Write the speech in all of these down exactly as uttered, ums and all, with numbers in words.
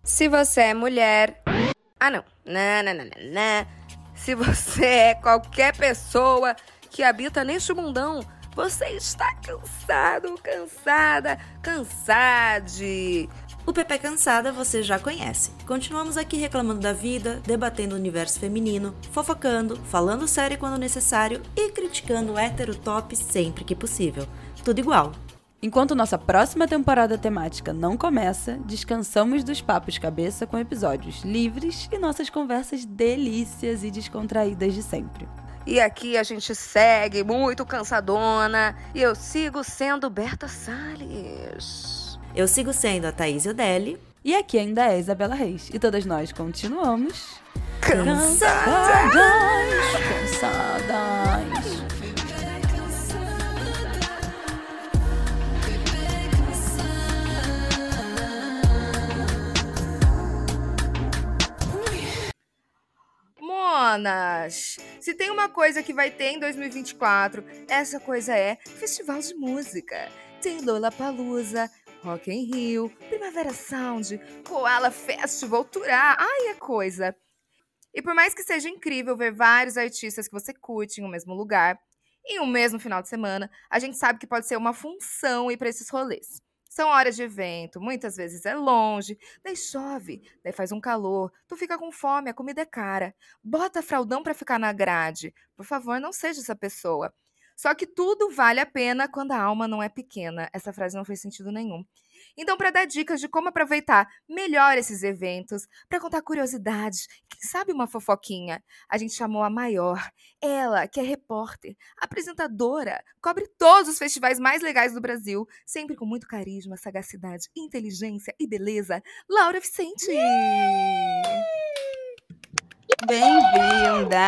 Se você é mulher... Ah, não. Não, não, não, não, não. Se você é qualquer pessoa que habita neste mundão, você está cansado, cansada, cansade. O Pepe Cansada você já conhece. Continuamos aqui reclamando da vida, debatendo o universo feminino, fofocando, falando sério quando necessário e criticando o hétero top sempre que possível. Tudo igual. Enquanto nossa próxima temporada temática não começa, descansamos dos papos cabeça com episódios livres e nossas conversas delícias e descontraídas de sempre. E aqui a gente segue muito cansadona e eu sigo sendo Berta Salles. Eu sigo sendo a Thaís Odelli. E aqui ainda é a Isabela Reis. E todas nós continuamos... Cansadas! Cansadas! Monas, se tem uma coisa que vai ter em dois mil e vinte e quatro, essa coisa é festival de música. Tem Lollapalooza, Rock in Rio, Primavera Sound, Koala Festival, Turá, ai é coisa. E por mais que seja incrível ver vários artistas que você curte em um mesmo lugar, em um mesmo final de semana, a gente sabe que pode ser uma função ir para esses rolês. São horas de evento, muitas vezes é longe, daí chove, daí faz um calor, tu fica com fome, a comida é cara. Bota fraldão pra ficar na grade. Por favor, não seja essa pessoa. Só que tudo vale a pena quando a alma não é pequena. Essa frase não fez sentido nenhum. Então, para dar dicas de como aproveitar melhor esses eventos, para contar curiosidades, quem sabe uma fofoquinha, a gente chamou a maior, ela que é repórter, apresentadora, cobre todos os festivais mais legais do Brasil, sempre com muito carisma, sagacidade, inteligência e beleza, Laura Vicente! Bem-vinda!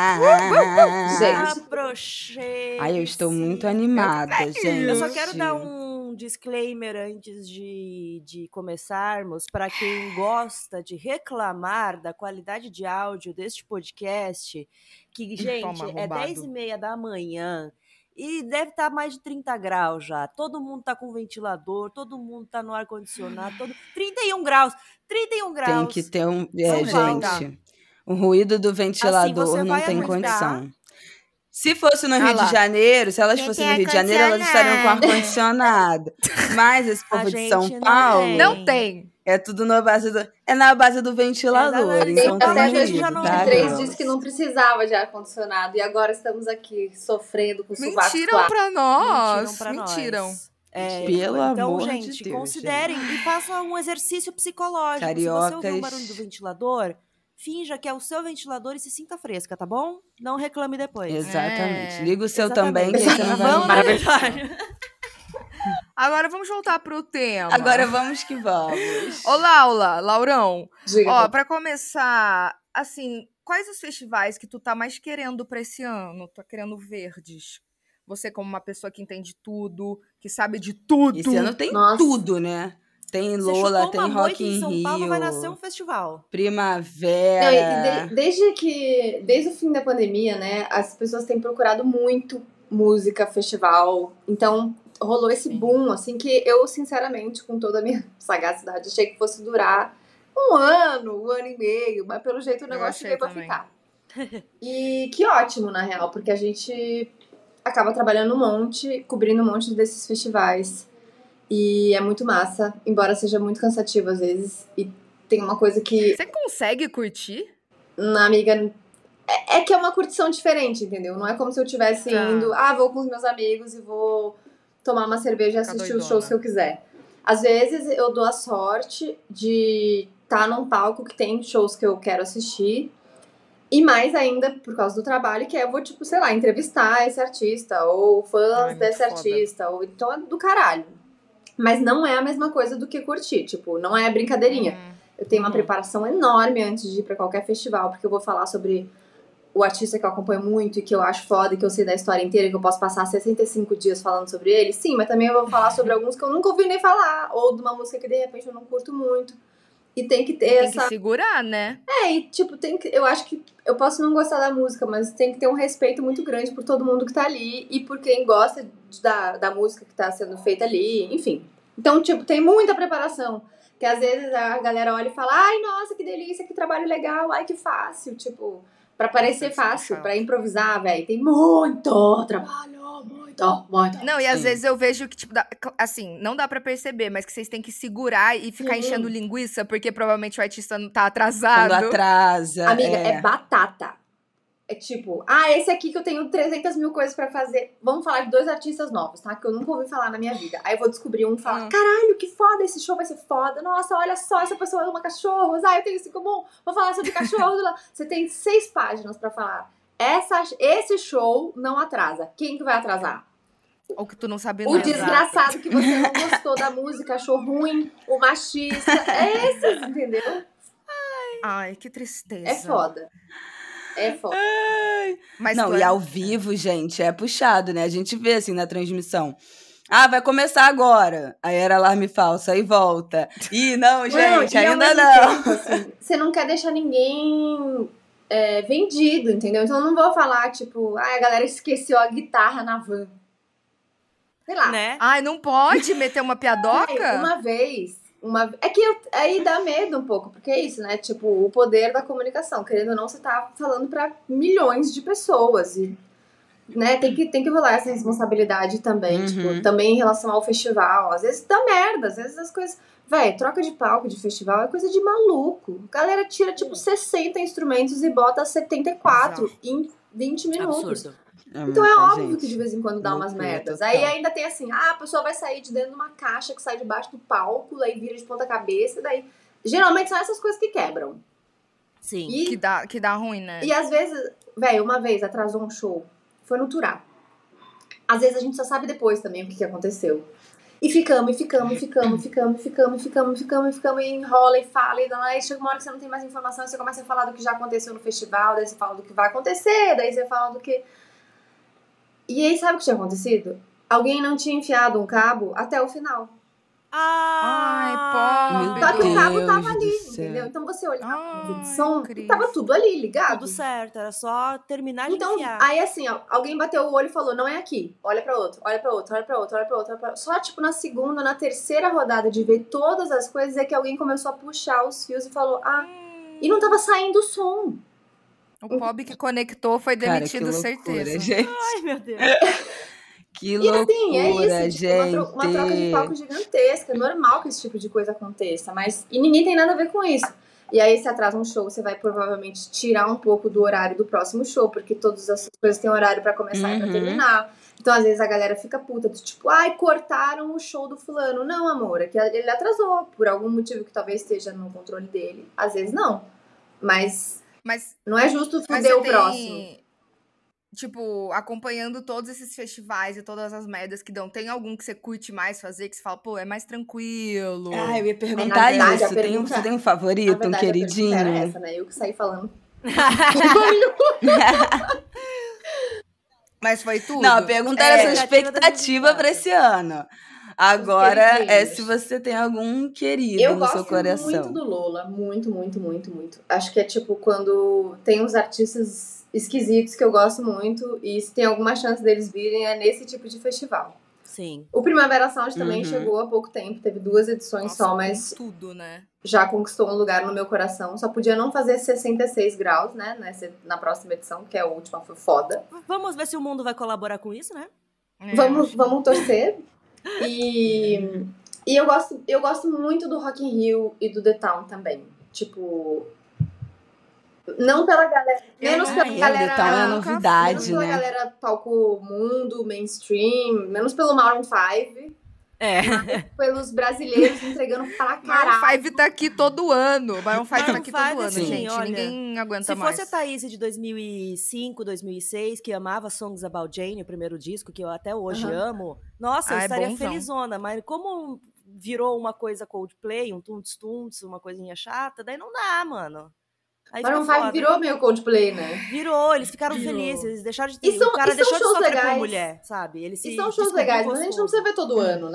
Gente, Aproxei. Ai, eu estou muito animada, gente. Eu só quero dar um disclaimer antes de, de começarmos, para quem gosta de reclamar da qualidade de áudio deste podcast, que, gente, é dez e meia da manhã e deve estar mais de trinta graus já. Todo mundo tá com ventilador, todo mundo tá no ar-condicionado, todo... trinta e um graus, trinta e um graus. Tem que ter um... É, gente... O ruído do ventilador assim, não tem aguentar. Condição. Se fosse no Ah Rio lá. de Janeiro, se elas Quem fossem tem no Rio de Janeiro, elas estariam com ar-condicionado. Mas esse povo de São não Paulo... tem. Não tem! É tudo na base do, é na base do ventilador. Exatamente. Então tá Até ruído, dois mil e vinte e três tá? disse que não precisava de ar-condicionado. E agora estamos aqui sofrendo com o sovaco Mentiram suado. pra nós! Mentiram pra Mentiram! nós. É, Pelo então, amor gente, de Deus, considerem gente. e façam um exercício psicológico. Cariocas. Se você ouvir o barulho do ventilador, finja que é o seu ventilador e se sinta fresca, tá bom? Não reclame depois. Exatamente. É, Liga o seu exatamente. também, que aí você não vai Vamos morrer. Agora vamos voltar pro tema. Agora vamos que vamos. Ô, Laura, Laurão, Diga. ó, pra começar, assim, quais os festivais que tu tá mais querendo pra esse ano? Tá querendo verdes? Você como uma pessoa que entende tudo, que sabe de tudo. Esse ano tem Nossa. tudo, né? Tem Você Lola, chutou tem uma Rock moita em in São Rio, Paulo, vai nascer um festival. Não, Primavera. e de- desde que desde o fim da pandemia, né, as pessoas têm procurado muito música, festival. Então, rolou esse Sim. boom, assim, que eu, sinceramente, com toda a minha sagacidade, achei que fosse durar um ano, um ano e meio, mas pelo jeito o Eu negócio achei veio pra também. ficar. E que ótimo, na real, porque a gente acaba trabalhando um monte, cobrindo um monte desses festivais. E é muito massa, embora seja muito cansativo às vezes. E tem uma coisa que, Você consegue curtir? na amiga, é, é que é uma curtição diferente, entendeu? Não é como se eu estivesse Tá. indo, ah, vou com os meus amigos e vou tomar uma cerveja e Ficar assistir os doidona. shows que eu quiser. Às vezes eu dou a sorte de estar num palco que tem shows que eu quero assistir. E mais ainda, por causa do trabalho, que é eu vou, tipo, sei lá, entrevistar esse artista, ou fãs Ai, muito desse foda. artista, ou então é do caralho. Mas não é a mesma coisa do que curtir, tipo, não é brincadeirinha. Hum. Eu tenho uma Uhum. preparação enorme antes de ir pra qualquer festival, porque eu vou falar sobre o artista que eu acompanho muito e que eu acho foda, e que eu sei da história inteira, e que eu posso passar sessenta e cinco dias falando sobre ele. Sim, mas também eu vou falar sobre alguns que eu nunca ouvi nem falar, ou de uma música que de repente eu não curto muito. E tem que ter Tem essa... que segurar, né? É, e tipo, tem que... eu acho que eu posso não gostar da música, mas tem que ter um respeito muito grande por todo mundo que tá ali e por quem gosta de- da, da música que tá sendo feita ali, enfim. Então, tipo, tem muita preparação. Porque às vezes a galera olha e fala, ai, nossa, que delícia, que trabalho legal, ai, que fácil. Tipo, pra parecer fácil, pra improvisar, velho, tem muito trabalho, muito, muito. Não, e às Sim. vezes eu vejo que, tipo, dá- assim, não dá pra perceber, mas que vocês têm que segurar e ficar Sim. enchendo linguiça, porque provavelmente o artista não tá atrasado. Quando atrasa. Amiga, é. é batata. É tipo, ah, esse aqui que eu tenho trezentas mil coisas pra fazer. Vamos falar de dois artistas novos, tá? Que eu nunca ouvi falar na minha vida. Aí eu vou descobrir um e falar, Hum. caralho, que foda, esse show vai ser foda. Nossa, olha só, essa pessoa ama cachorros. Ah, eu tenho isso em comum. Vou falar sobre cachorros. Você tem seis páginas pra falar. Essa, esse show não atrasa. Quem que vai atrasar? Ou que tu não sabe O nada. desgraçado que você não gostou da música, achou ruim, o machista. É esses, entendeu? Ai, que tristeza. É foda. É foda. Mas Não, tu e é- ao vivo, gente, é puxado, né? A gente vê assim na transmissão. Ah, vai começar agora. Aí era alarme falso, aí volta. Ih, não, gente, Não, e ao ainda mesmo não. tempo, assim, você não quer deixar ninguém é, vendido, entendeu? Então eu não vou falar, tipo, ah, a galera esqueceu a guitarra na van. Sei lá. Né? Ai, não pode meter uma piadoca? Ai, uma vez, uma É que eu- aí dá medo um pouco, porque é isso, né? Tipo, o poder da comunicação. Querendo ou não, você tá falando pra milhões de pessoas. E, né, tem que, tem que rolar essa responsabilidade também. Uhum. Tipo, também em relação ao festival. Às vezes dá merda, às vezes as coisas. Véi, troca de palco de festival é coisa de maluco. A galera tira, tipo, sessenta instrumentos e bota setenta e quatro em vinte minutos. Absurdo. Então é muita óbvio gente. que de vez em quando dá umas Loucura merdas. total. Aí ainda tem assim, ah, a pessoa vai sair de dentro de uma caixa que sai debaixo do palco, daí vira de ponta cabeça, daí... Geralmente são essas coisas que quebram. Sim. E, Que dá, que dá ruim, né? e às vezes, velho, uma vez atrasou um show, foi no Turá. Às vezes a gente só sabe depois também o que, que aconteceu. E ficamos, e ficamos, e ficamos, e ficamos, e ficamos, e ficamos, e ficamos, e ficamos, e enrola e fala, e aí chega uma hora que você não tem mais informação, e você começa a falar do que já aconteceu no festival, daí você fala do que vai acontecer, daí você fala do que... E aí, sabe o que tinha acontecido? Alguém não tinha enfiado um cabo até o final. Ai, Meu Só que o cabo Deus tava do ali, céu. entendeu? Então você olhava Ai, no vídeo de som, Cris. tava tudo ali, ligado. Tudo certo, era só terminar de Então, enfiar. aí assim, ó, alguém bateu o olho e falou, não é aqui. Olha pra outro, olha pra outro, olha pra outro, olha pra outro. Olha pra outro. Só, tipo, na segunda, na terceira rodada de ver todas as coisas, é que alguém começou a puxar os fios e falou, ah, e não tava saindo o som. O pobre que conectou foi Cara, que demitido, loucura, certeza. gente. Ai, meu Deus. Que E loucura, assim, é isso, tipo, uma, gente. tro- uma troca de palco gigantesca. É normal que esse tipo de coisa aconteça, mas. E ninguém tem nada a ver com isso. E aí, se atrasa um show, você vai provavelmente tirar um pouco do horário do próximo show, porque todas essas coisas têm horário pra começar e pra Uhum. terminar. Então, às vezes, a galera fica puta, do tipo, ai, cortaram o show do fulano. Não, amor, é que ele atrasou, por algum motivo que talvez esteja no controle dele. Às vezes, não. Mas Mas, não é justo mas fuder você o tem, próximo. tipo, acompanhando todos esses festivais e todas as merdas que dão, tem algum que você curte mais fazer, que você fala, pô, é mais tranquilo? Ah, eu ia Na perguntar verdade, a isso. Tem um, pergunta- você tem um Na favorito, um verdade, a pergunta queridinho? era essa, né? Eu que saí falando. Mas foi tudo? Não, a pergunta É, era sua expectativa das expectativa pra esse ano. Agora é queridinhos. se você tem algum querido Eu no seu gosto coração. muito do Lola, muito, muito, muito, muito. Acho que é tipo quando tem uns artistas esquisitos que eu gosto muito e se tem alguma chance deles virem é nesse tipo de festival. Sim. O Primavera Sound também Uhum. chegou há pouco tempo, teve duas edições Nossa, só, com mas tudo, né? já conquistou um lugar no meu coração. Só podia não fazer sessenta e seis graus, né, nessa, na próxima edição, que é a última, foi foda. Vamos ver se o mundo vai colaborar com isso, né? É, Vamos, acho- vamos torcer. E, e eu, gosto, eu gosto muito do Rock in Rio e do The Town também. Tipo, não pela galera... Menos Ah, pela é, o galera... The Town é nunca- menos novidade, pela né? galera palco mundo, mainstream. Menos pelo Maroon five. É. Pelos brasileiros entregando pra Maroon caralho. five tá aqui todo ano. Maroon five tá Maroon aqui five, todo ano, assim, gente. olha, Ninguém aguenta Se mais. fosse a Thaís de dois mil e cinco, dois mil e seis, que amava Songs About Jane, o primeiro disco, que eu até hoje Aham. amo, nossa, eu Ah, é estaria bonzão. felizona. Mas como virou uma coisa Coldplay, um tunts-tunts, uma coisinha chata, daí não dá, mano. Aí Maroon fica five foda. virou meio Coldplay, né? Virou, eles ficaram Virou. felizes, eles deixaram de E são- o cara e são deixou de shows sofrer por legais. mulher, sabe? Ele se E são shows descobriu legais, mas a gente não gostoso. precisa ver todo ano, né?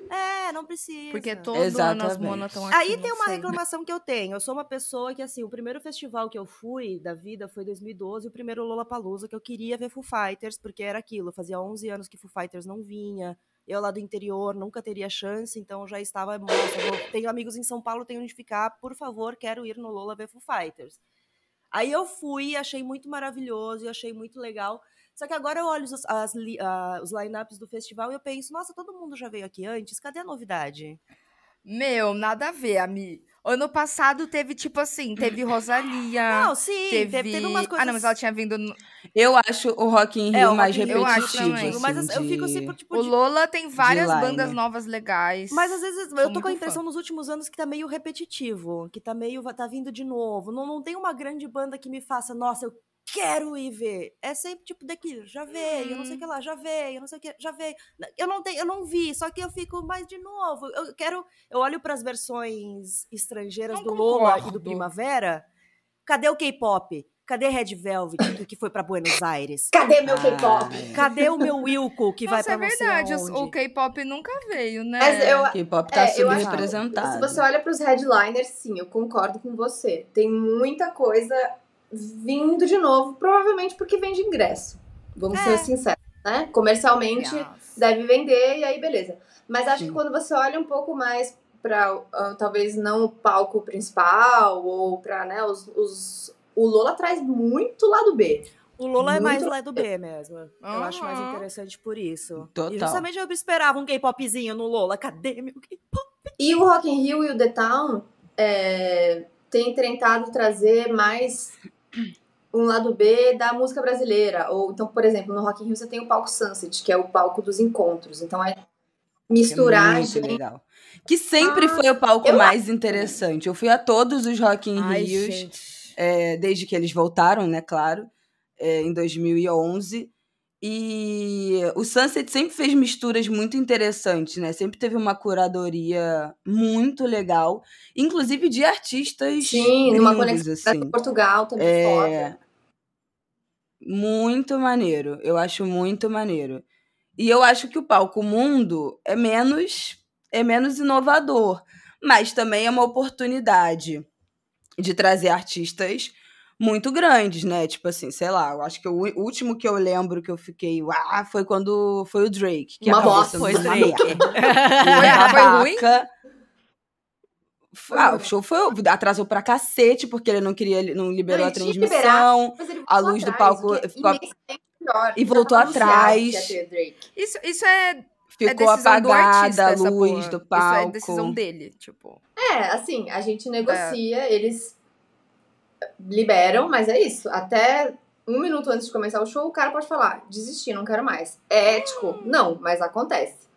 É, não precisa. Porque todo ano as monas estão aqui. Aí tem uma sei. reclamação que eu tenho. Eu sou uma pessoa que, assim, o primeiro festival que eu fui da vida foi dois mil e doze, o primeiro Lollapalooza, que eu queria ver Foo Fighters, porque era aquilo. Fazia onze anos que Foo Fighters não vinha. Eu lá do interior nunca teria chance, então eu já estava... Nossa, eu tenho amigos em São Paulo, tenho onde ficar. Por favor, quero ir no Lolla ver Foo Fighters. Aí eu fui, achei muito maravilhoso, achei muito legal. Só que agora eu olho os, as, uh, os line-ups do festival e eu penso, nossa, todo mundo já veio aqui antes, cadê a novidade? Meu, nada a ver, Ami. Ano passado teve, tipo assim, teve Rosalía. Não, sim, teve... teve, teve umas coisas... Ah, não, mas ela tinha vindo... No... Eu acho o Rock in Rio é, o mais Rock in repetitivo, Rio acho também, assim, mas eu de... fico assim, por, tipo... O de... Lolla tem várias line. bandas novas legais. Mas às vezes Sou eu tô com a muito impressão fã. nos últimos anos que tá meio repetitivo, que tá meio, tá vindo de novo. Não, não tem uma grande banda que me faça, nossa, eu quero ir ver. É sempre tipo daquilo, já veio, eu não sei o que lá, já veio, eu não sei o que, já veio. Eu não tenho, eu não vi, só que eu fico mais de novo. Eu quero, eu olho pras versões estrangeiras Não do Lolla concordo. e do Primavera. Cadê o K-pop? Cadê Red Velvet, que, que foi pra Buenos Aires? Cadê meu Ah, K-pop? Cadê o meu Wilco, que vai Nossa, pra é não sei verdade, os- aonde? o K-pop nunca veio, né? Mas eu, K-pop tá É, eu acho que subrepresentado. se você olha pros headliners, sim, eu concordo com você. Tem muita coisa vindo de novo, provavelmente porque vende ingresso. Vamos É. ser sinceros, né? Comercialmente Yes. deve vender e aí beleza. Mas acho Sim. que quando você olha um pouco mais para uh, talvez não o palco principal ou para, né, os, os o Lolla traz muito lado B. O Lolla é Muito mais lado B mesmo. Eu Aham. acho mais interessante por isso. Total. E justamente eu esperava um K-popzinho no Lolla. Cadê meu K-pop? E o Rock in Rio e o The Town é, tem tentado trazer mais um lado B da música brasileira. Ou então, por exemplo, no Rock in Rio você tem o palco Sunset, que é o palco dos encontros. Então é misturar É muito gente. legal. Que sempre foi o palco eu mais interessante. Eu fui a todos os Rock in Ai, Rios, gente. é, desde que eles voltaram, né, claro, é, em dois mil e onze. E o Sunset sempre fez misturas muito interessantes, né? Sempre teve uma curadoria muito legal, inclusive de artistas Sim, numa gringos, conexão assim. com Portugal também É, foda. muito maneiro. Eu acho muito maneiro. E eu acho que o palco mundo é menos, é menos inovador, mas também é uma oportunidade de trazer artistas muito grandes, né? Tipo assim, sei lá, eu acho que o u- último que eu lembro que eu fiquei, uau, foi quando foi o Drake. Que Uma acabou bosta. sendo Foi uma Drake. merda. Foi- foi ruim? Babaca. Ah, o show foi, atrasou pra cacete, porque ele não queria, ele não liberou Não, a ele tinha transmissão. Mas ele A voltou luz do atrás, palco o que é ficou- imensamente melhor, e já voltou tava anunciado atrás. que ia ter Drake. Isso, isso é, Ficou é decisão do apagada artista, a essa luz porra. do Isso palco. é decisão dele, tipo. É, assim, a gente negocia, eles liberam, mas é isso. Até um minuto antes de começar o show, o cara pode falar, desisti, não quero mais. É ético? Não, mas acontece.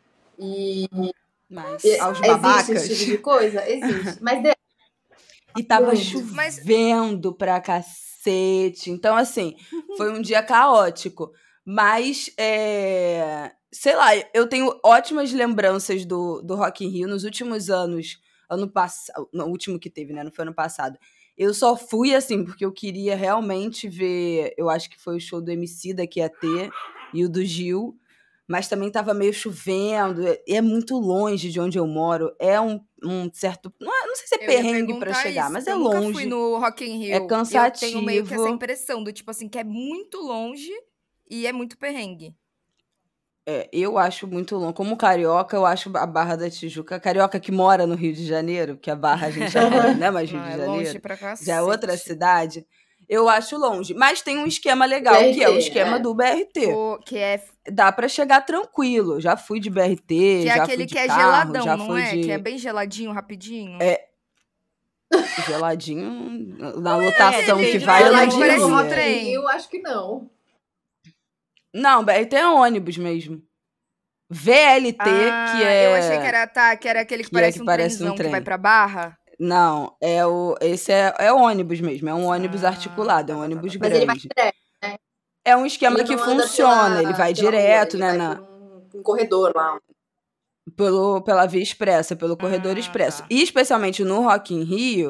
E Mas e- aos existe babacas. esse tipo de coisa? Existe. Mas de- E tava Muito. Mas- chovendo pra cacete. Então, assim, foi um dia caótico. Mas, é, sei lá, eu tenho ótimas lembranças do, do Rock in Rio nos últimos anos. Ano passado. No último que teve, né? Não foi ano passado. Eu só fui, assim, porque eu queria realmente ver. Eu acho que foi o show do Emicida que ia ter e o do Gil. Mas também tava meio chovendo. E é muito longe de onde eu moro. É um, um certo. Não, é- não sei se é Eu ia perrengue pra perguntar chegar, isso, mas porque é eu nunca longe. fui no Rock in Rio. é E eu tenho meio que essa cansativo. impressão do tipo assim, que é muito longe e é muito perrengue. É, eu acho muito longe. Como carioca, eu acho a Barra da Tijuca. Carioca que mora no Rio de Janeiro, que a Barra a gente já fala, não é mais Rio Ah, de é Janeiro. longe pra cacete. Já é outra cidade. Eu acho longe. Mas tem um esquema legal, que é o B R T, esquema é. do B R T. O- que é, Dá pra chegar tranquilo. Já fui de B R T, que é já aquele fui de que é carro, geladão, já não fui é? de Que é bem geladinho, rapidinho. É, geladinho. Na lotação aquele que de vai, eu não geladinho, Geladinho parece no um diria. Rock in trem. Rio, acho que não. Não, B R T é ônibus mesmo. V L T, Ah, que é... eu achei que era, tá, que era aquele que, que é parece, que um parece um trenzão que trem. vai pra Barra. Não, é o, esse é, é ônibus mesmo, é um ônibus Ah, articulado, é um tá, tá, ônibus tá, Mas ele vai grande. direto, né? É um esquema Ele que não anda funciona, pela, ele vai pela direto, rua, ele né, vai na, por um, um corredor lá. pelo, pela via expressa, pelo corredor Ah, expresso. tá. E especialmente no Rock in Rio,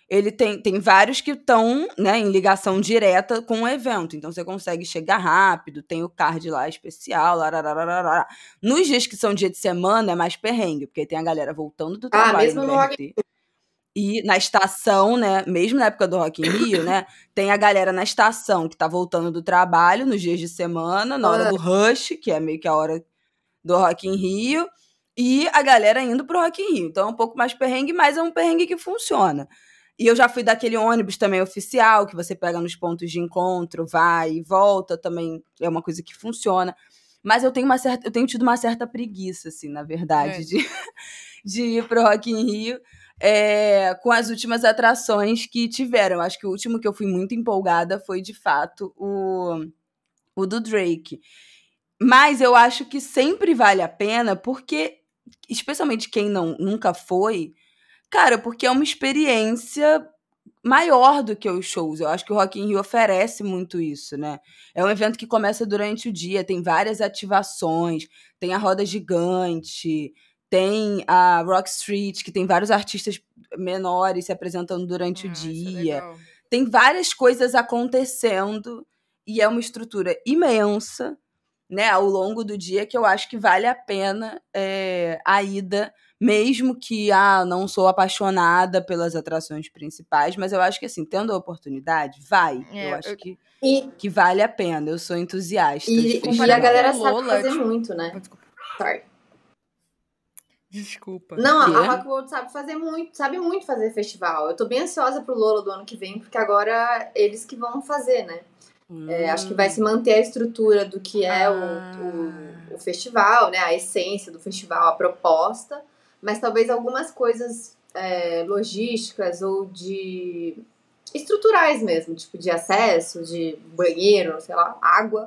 ele tem, tem vários que estão, né, em ligação direta com o evento. Então, você consegue chegar rápido, tem o card lá especial, lararararara. Nos dias que são dia de semana, é mais perrengue, porque tem a galera voltando do trabalho Ah, mesmo no no B R Rock T. E na estação, né, mesmo na época do Rock in Rio, né, tem a galera na estação que tá voltando do trabalho nos dias de semana, na hora do rush, que é meio que a hora do Rock in Rio, e a galera indo pro Rock in Rio. Então é um pouco mais perrengue, mas é um perrengue que funciona. E eu já fui daquele ônibus também oficial, que você pega nos pontos de encontro, vai e volta, também é uma coisa que funciona. Mas eu tenho, uma certa, eu tenho tido uma certa preguiça, assim, na verdade, É. de, de ir pro Rock in Rio, é, com as últimas atrações que tiveram. Acho que o último que eu fui muito empolgada foi, de fato, o, o do Drake. Mas eu acho que sempre vale a pena, porque, especialmente quem não, nunca foi, cara, porque é uma experiência maior do que os shows. Eu acho que o Rock in Rio oferece muito isso, né? É um evento que começa durante o dia, tem várias ativações, tem a roda gigante, tem a Rock Street, que tem vários artistas menores se apresentando durante Ah, o isso é dia. legal. Tem várias coisas acontecendo e é uma estrutura imensa, né, ao longo do dia, que eu acho que vale a pena é, a ida, mesmo que ah, não sou apaixonada pelas atrações principais, mas eu acho que, assim, tendo a oportunidade, vai. É, eu acho eu- que, E, que vale a pena. Eu sou entusiasta de e, e festival. a galera com sabe Lola, fazer tipo- muito, né? Desculpa. Sorry. Desculpa. Não, Quê? a Rock World sabe fazer muito, sabe muito fazer festival. Eu tô bem ansiosa pro Lola do ano que vem, porque agora eles que vão fazer, né? É, acho que vai se manter a estrutura do que é Ah. o, o, o festival, né? A essência do festival, a proposta, mas talvez algumas coisas é, logísticas ou de estruturais mesmo, tipo de acesso, de banheiro, sei lá, água,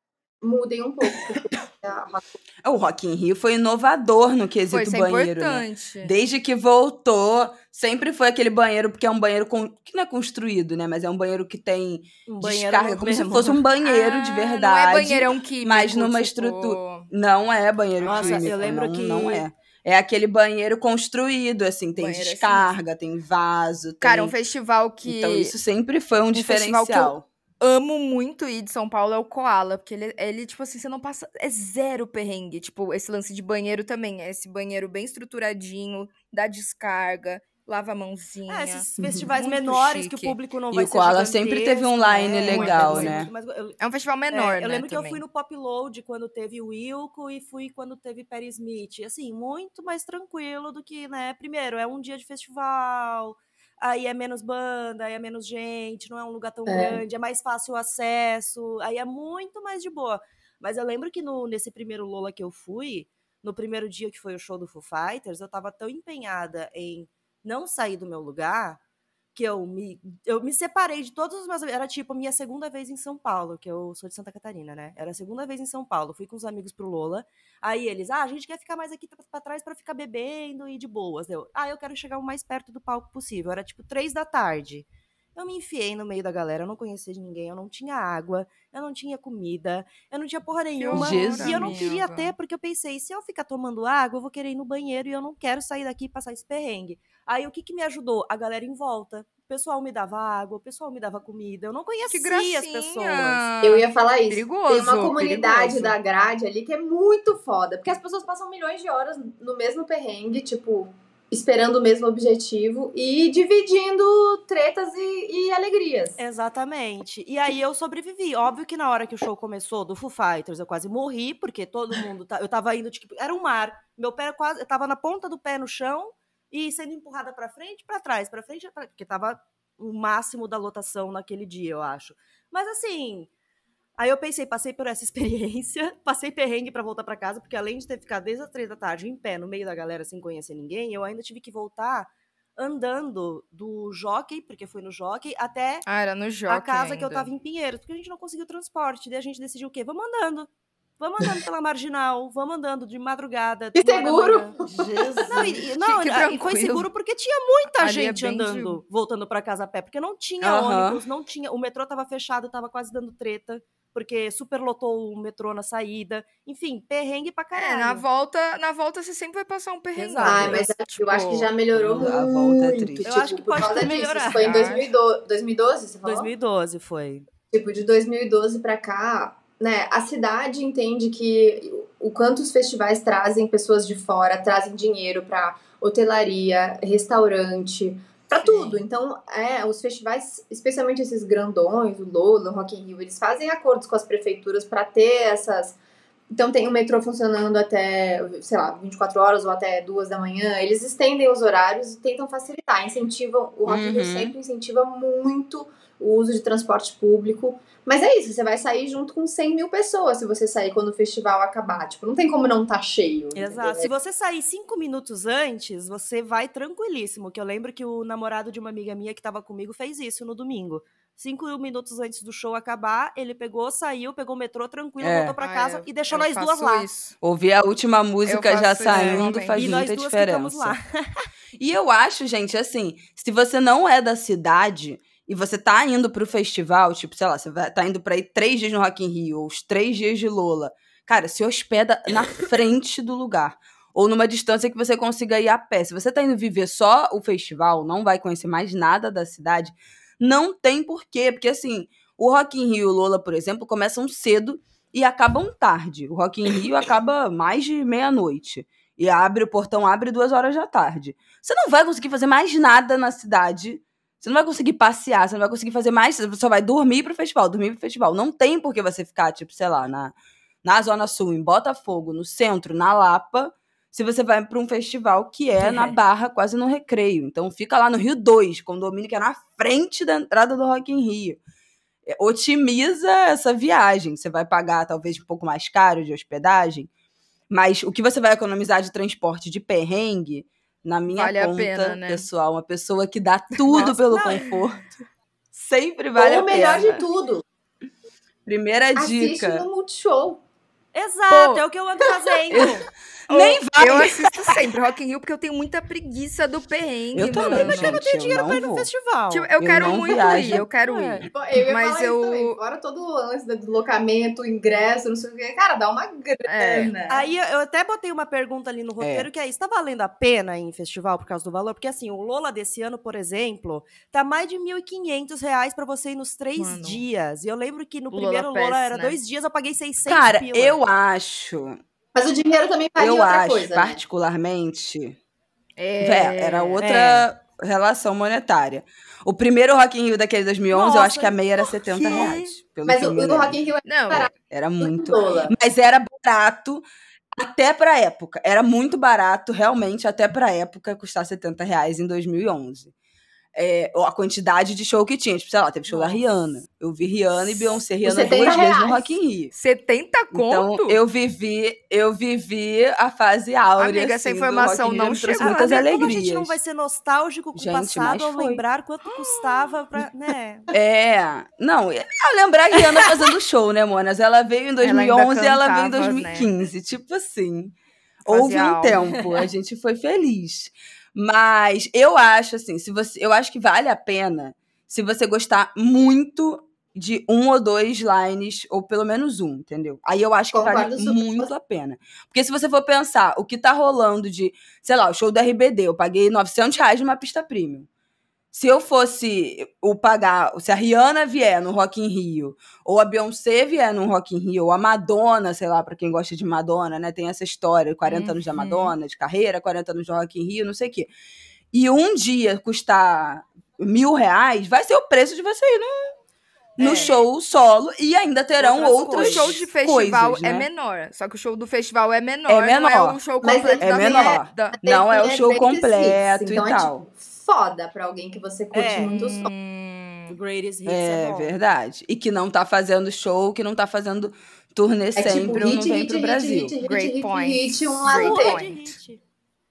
mudem um pouco. Porque a Rock O Rock in Rio foi inovador no Foi, quesito isso é banheiro, né? importante. Desde que voltou, sempre foi aquele banheiro, porque é um banheiro com, que não é construído, né? Mas é um banheiro que tem Um banheiro descarga, novo como se mesmo. fosse um banheiro Ah, de verdade. Não é banheirão químico, mas numa tipo... estrutura. Não é banheiro Nossa, químico, eu lembro não, que- não é. É aquele banheiro construído, assim, tem Banheiro é descarga, tem vaso, tem... Cara, um festival que... Então isso sempre foi um, um festival que diferencial. amo muito ir de São Paulo é o Koala, porque ele, ele, tipo assim, você não passa... É zero perrengue. Tipo, esse lance de banheiro também. É esse banheiro bem estruturadinho, dá descarga, lava a mãozinha. É, esses festivais Muito menores chique. que o público não E vai o ser Koala sempre teve um gigantesco, line né? legal, Vai ser né? muito mais- eu- É um festival menor, É, né, eu lembro que eu também. fui no Pop Load quando teve o Wilco e fui quando teve Perry Smith. Assim, muito mais tranquilo do que, né? Primeiro, é um dia de festival, aí é menos banda, aí é menos gente, não é um lugar tão É. grande, é mais fácil o acesso, aí é muito mais de boa. Mas eu lembro que no, nesse primeiro Lola que eu fui, no primeiro dia que foi o show do Foo Fighters, eu tava tão empenhada em não sair do meu lugar que eu me, eu me separei de todos os meus... Era tipo a minha segunda vez em São Paulo, que eu sou de Santa Catarina, né? Era a segunda vez em São Paulo. Fui com os amigos pro Lola. Aí eles, ah, a gente quer ficar mais aqui pra, pra trás pra ficar bebendo e de boas. Eu, ah, eu quero chegar o mais perto do palco possível. Era tipo três da tarde. Eu me enfiei no meio da galera, eu não conhecia de ninguém, eu não tinha água, eu não tinha comida, eu não tinha porra nenhuma. horror, E eu não queria amiga. ter, porque eu pensei, se eu ficar tomando água, eu vou querer ir no banheiro e eu não quero sair daqui e passar esse perrengue. Aí o que que me ajudou? A galera em volta. O pessoal me dava água, o pessoal me dava comida. Eu não Que conhecia gracinha. as pessoas. Eu ia falar isso. Perigoso, Tem uma comunidade perigoso. da grade ali que é muito foda. Porque as pessoas passam milhões de horas no mesmo perrengue, tipo, esperando o mesmo objetivo e dividindo tretas e, e alegrias. Exatamente. E aí eu sobrevivi. Óbvio que na hora que o show começou do Foo Fighters, eu quase morri, porque todo mundo... Tá, eu tava indo, tipo... Era um mar. Meu pé quase... Eu tava na ponta do pé no chão e sendo empurrada pra frente e pra trás. Pra frente e pra... Porque tava o máximo da lotação naquele dia, eu acho. Mas assim... Aí eu pensei, passei por essa experiência, passei perrengue pra voltar pra casa, porque além de ter ficado desde as três da tarde em pé, no meio da galera, sem conhecer ninguém, eu ainda tive que voltar andando do Jockey, porque fui no Jockey, até Ah, era no Jockey a casa que eu ainda. tava em Pinheiros, porque a gente não conseguiu transporte. Daí a gente decidiu o quê? Vamos andando. Vamos andando pela Marginal, vamos andando de madrugada. E uma hora da seguro. manhã. Jesus. Não, e, e- não, Que e foi tranquilo. seguro porque tinha muita Ali é gente bem de- andando, voltando pra casa a pé, porque não tinha Aham. ônibus, não tinha, o metrô tava fechado, tava quase dando treta, porque superlotou o metrô na saída. Enfim, perrengue pra caralho. É, na volta, na volta você sempre vai passar um perrengue. Exato. Ah, mas tipo, eu acho que já melhorou muito. a volta é triste. Tipo, Eu acho que por pode causa ter disso. melhorado. Isso foi em dois mil e doze, dois mil e doze, você falou? dois mil e doze foi. Tipo, de dois mil e doze pra cá, né, a cidade entende que o quanto os festivais trazem pessoas de fora, trazem dinheiro pra hotelaria, restaurante, pra tudo. Então, é, os festivais, especialmente esses grandões, o Lola, o Rock in Rio, eles fazem acordos com as prefeituras pra ter essas... Então tem o metrô funcionando até, sei lá, vinte e quatro horas ou até duas da manhã. Eles estendem os horários e tentam facilitar, incentivam, o Rock in Rio Uhum. sempre incentiva muito o uso de transporte público. Mas é isso, você vai sair junto com cem mil pessoas se você sair quando o festival acabar. Tipo, não tem como não tá cheio. Exato. entendeu? Se você sair cinco minutos antes, você vai tranquilíssimo. Que eu lembro que o namorado de uma amiga minha que tava comigo fez isso no domingo. Cinco minutos antes do show acabar, ele pegou, saiu, pegou o metrô tranquilo, É. voltou pra casa Ah, eu- e deixou eu nós duas faço lá. isso. Ouvir a última música faço já isso saindo normalmente. faz E nós muita duas diferença. ficamos lá. E eu acho, gente, assim, se você não é da cidade e você tá indo pro festival, tipo, sei lá, você vai, tá indo pra ir três dias no Rock in Rio, ou os três dias de Lola, cara, se hospeda na frente do lugar. Ou numa distância que você consiga ir a pé. Se você tá indo viver só o festival, não vai conhecer mais nada da cidade, não tem porquê. Porque, assim, o Rock in Rio e o Lola, por exemplo, começam cedo e acabam tarde. O Rock in Rio acaba mais de meia-noite. E abre, o portão abre duas horas da tarde. Você não vai conseguir fazer mais nada na cidade. Você não vai conseguir passear, você não vai conseguir fazer mais. Você só vai dormir pro festival, dormir pro festival. Não tem por que você ficar, tipo, sei lá, na, na Zona Sul, em Botafogo, no centro, na Lapa, se você vai pra um festival que é, É. na Barra, quase no Recreio. Então fica lá no Rio dois, condomínio que é na frente da entrada do Rock in Rio. É, otimiza essa viagem. Você vai pagar talvez um pouco mais caro de hospedagem, mas o que você vai economizar de transporte de perrengue, na minha Vale a conta, pena, né? pessoal, uma pessoa que dá tudo Nossa, pelo não. conforto, sempre vale Ou a o pena. melhor de tudo, Primeira assiste dica. no Multishow. Exato, Pô. é o que eu ando fazendo. Nem vai. Eu assisto sempre Rock in Rio porque eu tenho muita preguiça do perrengue, Eu também, mano. gente, eu não tenho dinheiro Pra ir no vou. festival. Tipo, eu, Eu quero não muito viajo. ir, eu quero É. ir. Pô, Eu ia Mas falar eu- isso também. Fora todo o lance do deslocamento, ingresso, não sei o que. Cara, dá uma grana. Aí eu até botei uma pergunta ali no roteiro, que é isso, tá valendo a pena ir em festival por causa do valor? Porque assim, o Lola desse ano, por exemplo, tá mais de mil e quinhentos reais pra você ir nos três Mano. dias. E eu lembro que no Lola primeiro Pass, Lola era né? dois dias, eu paguei seiscentos Cara, pila. eu acho, Mas o dinheiro também faria eu outra acho, coisa, né? particularmente, É, Vé, era outra relação monetária. O primeiro Rock in Rio daquele dois mil e onze, eu Nossa, acho que a meia era setenta quê? reais. Pelo Mas que o, eu me o do lembro. Rock in Rio é Não, barato. Era do muito. Lola. Mas era barato até pra época. Era muito barato, realmente, até pra época, custar setenta reais em dois mil e onze. É, a quantidade de show que tinha. Tipo, sei lá, teve show Nossa. da Rihanna. Eu vi Rihanna e Beyoncé. Rihanna setenta duas vezes no reais. Rock in Rio. setenta Então, conto? eu vivi, eu vivi a fase áurea, Amiga, assim, essa informação do Rock in Rio, não me trouxe chegou. muitas amiga, alegrias. Como a gente não vai ser nostálgico com Gente, o passado mas ao foi. lembrar quanto custava pra, né? É, não, eu lembrar a Rihanna fazendo show, né, Monas? Ela veio em dois mil e onze e ainda ela veio em cantava, dois mil e quinze, tipo assim. Fazia Houve um algo. tempo, a gente foi feliz. Mas eu acho, assim, se você, eu acho que vale a pena se você gostar muito de um ou dois lines, ou pelo menos um, entendeu? Aí eu acho que Concordo vale super. muito a pena. Porque se você for pensar, o que tá rolando de, sei lá, o show do R B D, eu paguei novecentos reais numa pista premium. Se eu fosse o pagar, se a Rihanna vier no Rock in Rio, ou a Beyoncé vier no Rock in Rio, ou a Madonna, sei lá, pra quem gosta de Madonna, né, tem essa história, quarenta anos da Uhum. Madonna, de carreira, quarenta anos do Rock in Rio, não sei o quê. E um dia custar mil reais, vai ser o preço de você ir no, no É. show solo, e ainda terão Outras O outras coisas. show de festival coisas, é né? menor. Só que o show do festival é menor. É menor. Não é o show Mas completo é da menor. banda. Não é o Ele show greatest completo hits, e então é, tal. tipo, foda pra alguém que você curte É. muito o som. Hum, O Greatest Hits é, É bom. verdade. E que não tá fazendo show, que não tá fazendo turnê É tipo sempre, ou não hit, vem hit, pro hit, Brasil. hit, hit, Great hit, point. hit, um Great lado point. dele. Hit.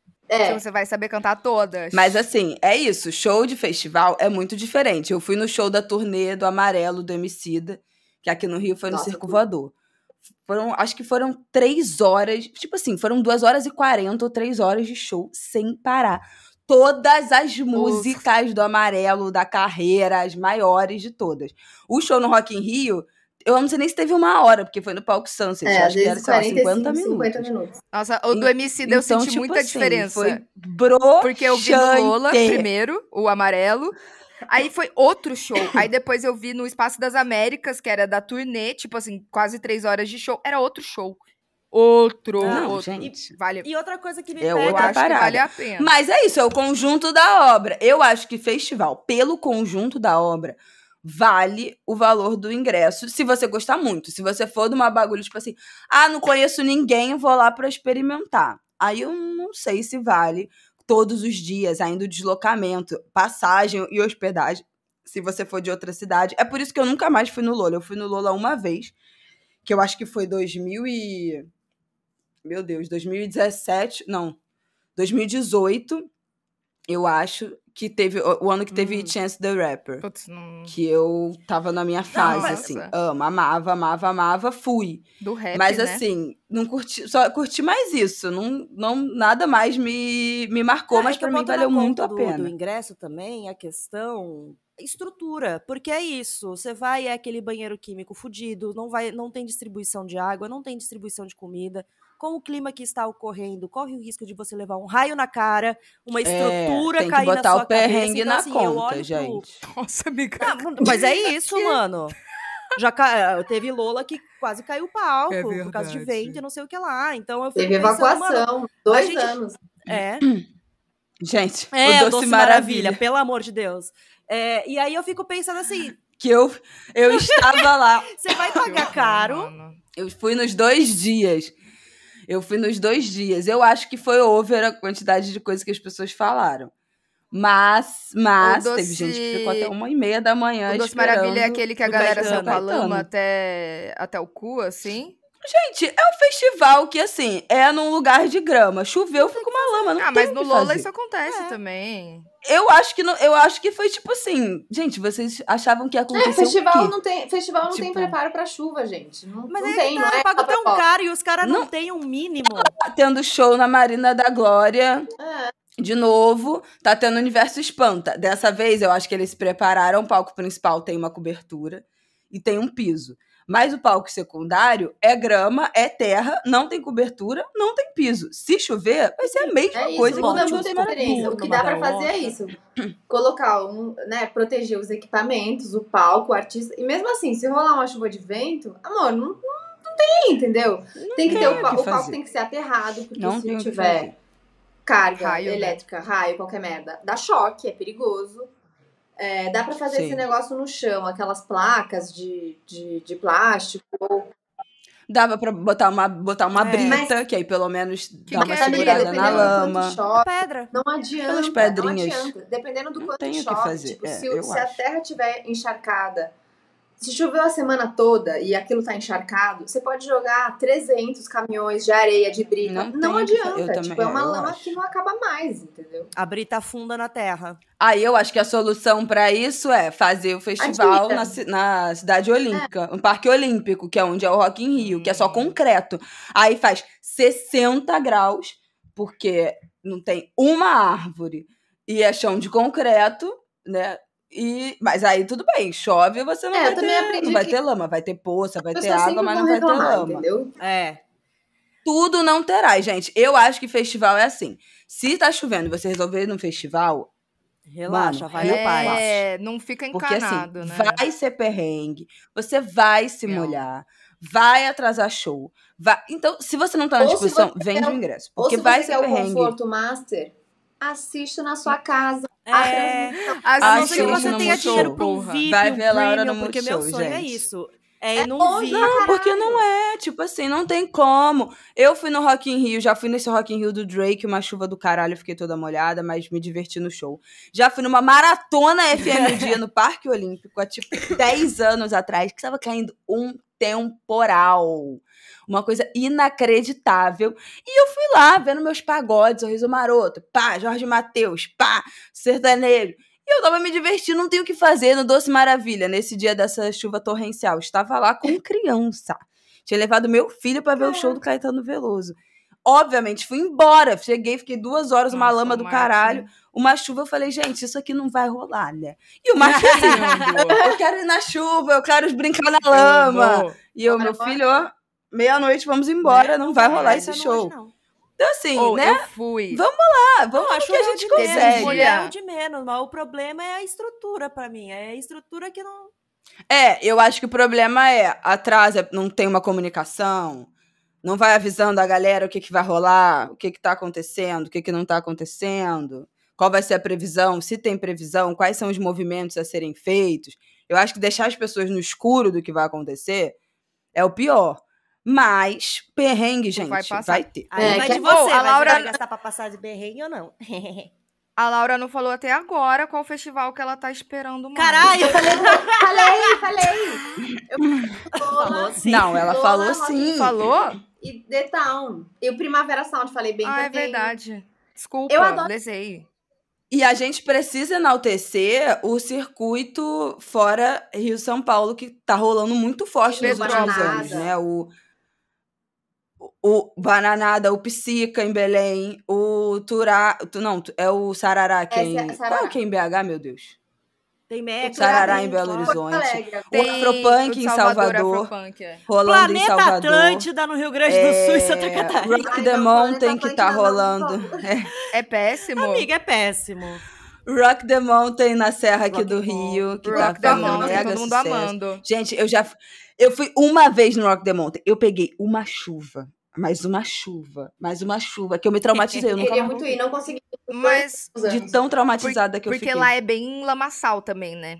É. Você vai saber cantar todas. Mas assim, é isso. Show de festival é muito diferente. Eu fui no show da turnê do Amarelo, do Emicida, que aqui no Rio foi no Nossa, Circo fui. Voador. Foram, acho que foram três horas, tipo assim, foram duas horas e quarenta ou três horas de show sem parar. Todas as músicas do Amarelo, da carreira, as maiores de todas. O show no Rock in Rio, Eu não sei nem se teve uma hora, porque foi no palco Sunset. É, Acho que era, sei lá, cinquenta minutos. cinquenta minutos. Nossa, o do M C D eu Então, senti tipo muita assim, diferença. Foi broxante. Porque eu vi no Lola primeiro, o amarelo. Aí foi outro show. Aí depois eu vi no Espaço das Américas, que era da turnê, tipo assim, quase três horas de show. Era outro show. Outro, Não, outro. gente. Vale. E outra coisa que me É pega... Eu outra acho parada. que vale a pena. Mas é isso, é o conjunto da obra. Eu acho que festival, pelo conjunto da obra, vale o valor do ingresso, se você gostar muito. Se você for de uma bagulho, tipo assim, ah, não conheço ninguém, vou lá pra experimentar. Aí eu não sei se vale todos os dias, ainda o deslocamento, passagem e hospedagem, se você for de outra cidade. É por isso que eu nunca mais fui no Lola. Eu fui no Lola uma vez, que eu acho que foi dois mil e... Meu Deus, dois mil e dezessete, não, dois mil e dezoito, eu acho, que teve, o ano que teve Hum. Chance the Rapper. Putz, não... Que eu tava na minha fase, Nossa. assim, amo, amava, amava, amava, fui. Do rap, Mas, né? assim, não curti, só curti mais isso, não, não, nada mais me, me marcou, Não, mas é que pra eu mim boto na valeu conta muito a do, pena. do ingresso também a questão estrutura, porque é isso, você vai é aquele banheiro químico fudido, não vai, não tem distribuição de água, não tem distribuição de comida. Com o clima que está ocorrendo, corre o risco de você levar um raio na cara, uma estrutura É, tem que cair na botar sua o perrengue cabeça. Então, na assim, eu conta, olho pro... gente. Nossa, amiga. Não, mas é isso, mano. Já ca... teve Lola que quase caiu o palco É por causa de verdade. vento e não sei o que lá. Então eu fico Teve pensando, mano, evacuação, dois gente- anos. é, Gente, é, o Doce, Maravilha, pelo amor de Deus. É, e aí eu fico pensando assim, que eu, eu estava lá. você vai Que pagar horror, caro, mano. Eu fui nos dois dias. Eu fui nos dois dias. Eu acho que foi over a quantidade de coisas que as pessoas falaram. Mas, mas, O teve doce- gente que ficou até uma e meia da manhã O Doce esperando. Maravilha é aquele que a do galera saiu Caetano. com a lama Caetano. até, até o cu, assim? Gente, é um festival que, assim, é num lugar de grama. Choveu, fica uma lama, não Ah, tem mas o no que Lola fazer. isso acontece É. também. Eu acho que não, eu acho que foi tipo assim, gente, vocês achavam que ia acontecer É, festival o quê? não tem, festival não tem Tipo- preparo pra chuva, gente. Não, mas não aí tem, que não tá, é eu pago só tão propósito. caro e os caras não Não. têm um mínimo. Tá tendo show na Marina da Glória. É. De novo, tá tendo Universo Espanta. Dessa vez, eu acho que eles se prepararam. O palco principal tem uma cobertura e tem um piso. Mas o palco secundário é grama, é terra, não tem cobertura, não tem piso. Se chover, vai ser a mesma É isso, coisa muda que o muito Doce a Maravilha. experiência. O que numa dá pra fazer é gaiola. isso. Colocar um, né, proteger os equipamentos, o palco, o artista. E mesmo assim, se rolar uma chuva de vento, amor, não, não, não tem, entendeu? tem que tem ter o o, pa- que o palco fazer. tem que ser aterrado, porque Não se tem o que tiver fazer. carga Raio, né? elétrica, raio, qualquer merda, dá choque, é perigoso. É, dá pra fazer Sim. esse negócio no chão, aquelas placas de, de, de plástico. Dava pra botar uma, botar uma É. brita, que aí pelo menos dá que uma é, Mas, amiga, segurada dependendo na do lama. quanto chove, Pedra. não adianta. Aquelas Não pedrinhas. adianta. Dependendo do Não quanto tem o que chove. fazer, Tipo, é, se, eu se a acho. terra estiver encharcada, se choveu a semana toda e aquilo tá encharcado, você pode jogar trezentos caminhões de areia, de brita. Não Não, tem o que fa- adianta. eu também- tipo, é uma é, eu lama acho. que não acaba mais, entendeu? A brita afunda na terra. Aí eu acho que a solução pra isso é fazer o festival Admira. na, ci- na cidade olímpica, no Parque Olímpico, que é onde é o Rock in Rio, que é só concreto. Aí faz sessenta graus, porque não tem uma árvore e é chão de concreto, né? E, mas aí tudo bem, chove, você não É, eu vai também ter, aprendi não vai que ter lama, vai ter poça, vai As ter pessoas água, sempre mas vão não vai ter reclamar, lama. entendeu? É. Tudo não terá, gente. Eu acho que festival é assim. Se tá chovendo e você resolver ir no festival, Relaxa, Mano, vai no paz. É, não fica porque assim, encanado, né? vai ser perrengue, você vai se Não. molhar, vai atrasar show. Vai... Então, se você não tá na Ou se disposição, você vende quer o o- ingresso. Ou Porque se vai você ser quer o perrengue. conforto master, assiste na sua casa. É. Às A não vezes ser que Assiste você no tenha Multishow. dinheiro pra um porra. V I P, Vai um ver Laura premium, no porque meu Multishow, sonho é gente. isso. É ir É num longe V I P. pra Não, porque caralho. não é, tipo assim, não tem como. Eu fui no Rock in Rio, já fui nesse Rock in Rio do Drake, uma chuva do caralho, eu fiquei toda molhada, mas me diverti no show. Já fui numa maratona F M um dia no Parque Olímpico, há tipo dez anos atrás, que estava caindo um temporal. Uma coisa inacreditável. E eu fui lá, vendo meus pagodes, Sorriso Maroto, pá, Jorge Mateus, pá, sertanejo. E eu tava me divertindo, não tenho o que fazer no Doce Maravilha, nesse dia dessa chuva torrencial. Estava lá com criança. Tinha levado meu filho pra ver o show do Caetano Veloso. obviamente, fui embora. Cheguei, fiquei duas horas, uma Nossa, lama o do Martin. caralho. Uma chuva, eu falei, gente, isso aqui não vai rolar, né? E o Martin assim, eu quero ir na chuva, eu quero brincar na lama. vou. E eu, Bora, meu bora. filho, ó, meia-noite, vamos embora, não vai rolar esse Essa não show. hoje, não. Então, assim, Ou né? eu fui. Vamos lá, vamos Não, lá no acho que a que gente é o de menos, consegue. mulher é o de menos, mas o problema é a estrutura pra mim. É a estrutura que não. É, eu acho que o problema é, atrasa, não tem uma comunicação, não vai avisando a galera o que, que vai rolar, o que, que tá acontecendo, o que, que não tá acontecendo, qual vai ser a previsão, se tem previsão, quais são os movimentos a serem feitos. Eu acho que deixar as pessoas no escuro do que vai acontecer é o pior. Mas, perrengue, gente, vai vai, passar. ter. Aí É, vai que- de você, Oh, a vai, Laura- vai gastar pra passar de berrengue ou não? A Laura não falou até agora qual festival que ela tá esperando mais. Caralho! Falei, falei. Eu Falou sim. Não, ela Lola, falou Rock sim. Falou? E The Town. E o Primavera Sound, falei bem Ah, é também. verdade. Desculpa, Eu adoro- lesei. E a gente precisa enaltecer o circuito fora Rio-São Paulo, que tá rolando muito forte nos últimos Petrópolis. anos, né? O, o Bananada, o Psica em Belém, o Turá... tu- Não, é o Sarará que é Essa é em... a Sarará. Qual que é em B H, meu Deus? Tem Meca. Sarará tem em Belo Flórida. Horizonte. Alegre. O Afropunk o de em Salvador, Afropunk, é. rolando em Planeta Salvador. Atlântida no Rio Grande do Sul e Santa É, Catarina. Rock Ai, the não, Mountain Planeta que tá Atlântida não, rolando. por É, É péssimo. Amiga, é péssimo. Rock the Mountain na Serra aqui Rock do and roll. Rio, que Rock tá the fazendo Mountain, mega todo mundo sucesso. amando. Gente, eu já eu fui uma vez no Rock the Mountain. Eu peguei uma chuva, mais uma chuva, mais uma chuva, que eu me traumatizei. Eu nunca Queria mais muito voltei. ir, não consegui. Mas Os anos. De tão traumatizada que eu porque fiquei. lá é bem lamaçal também, né?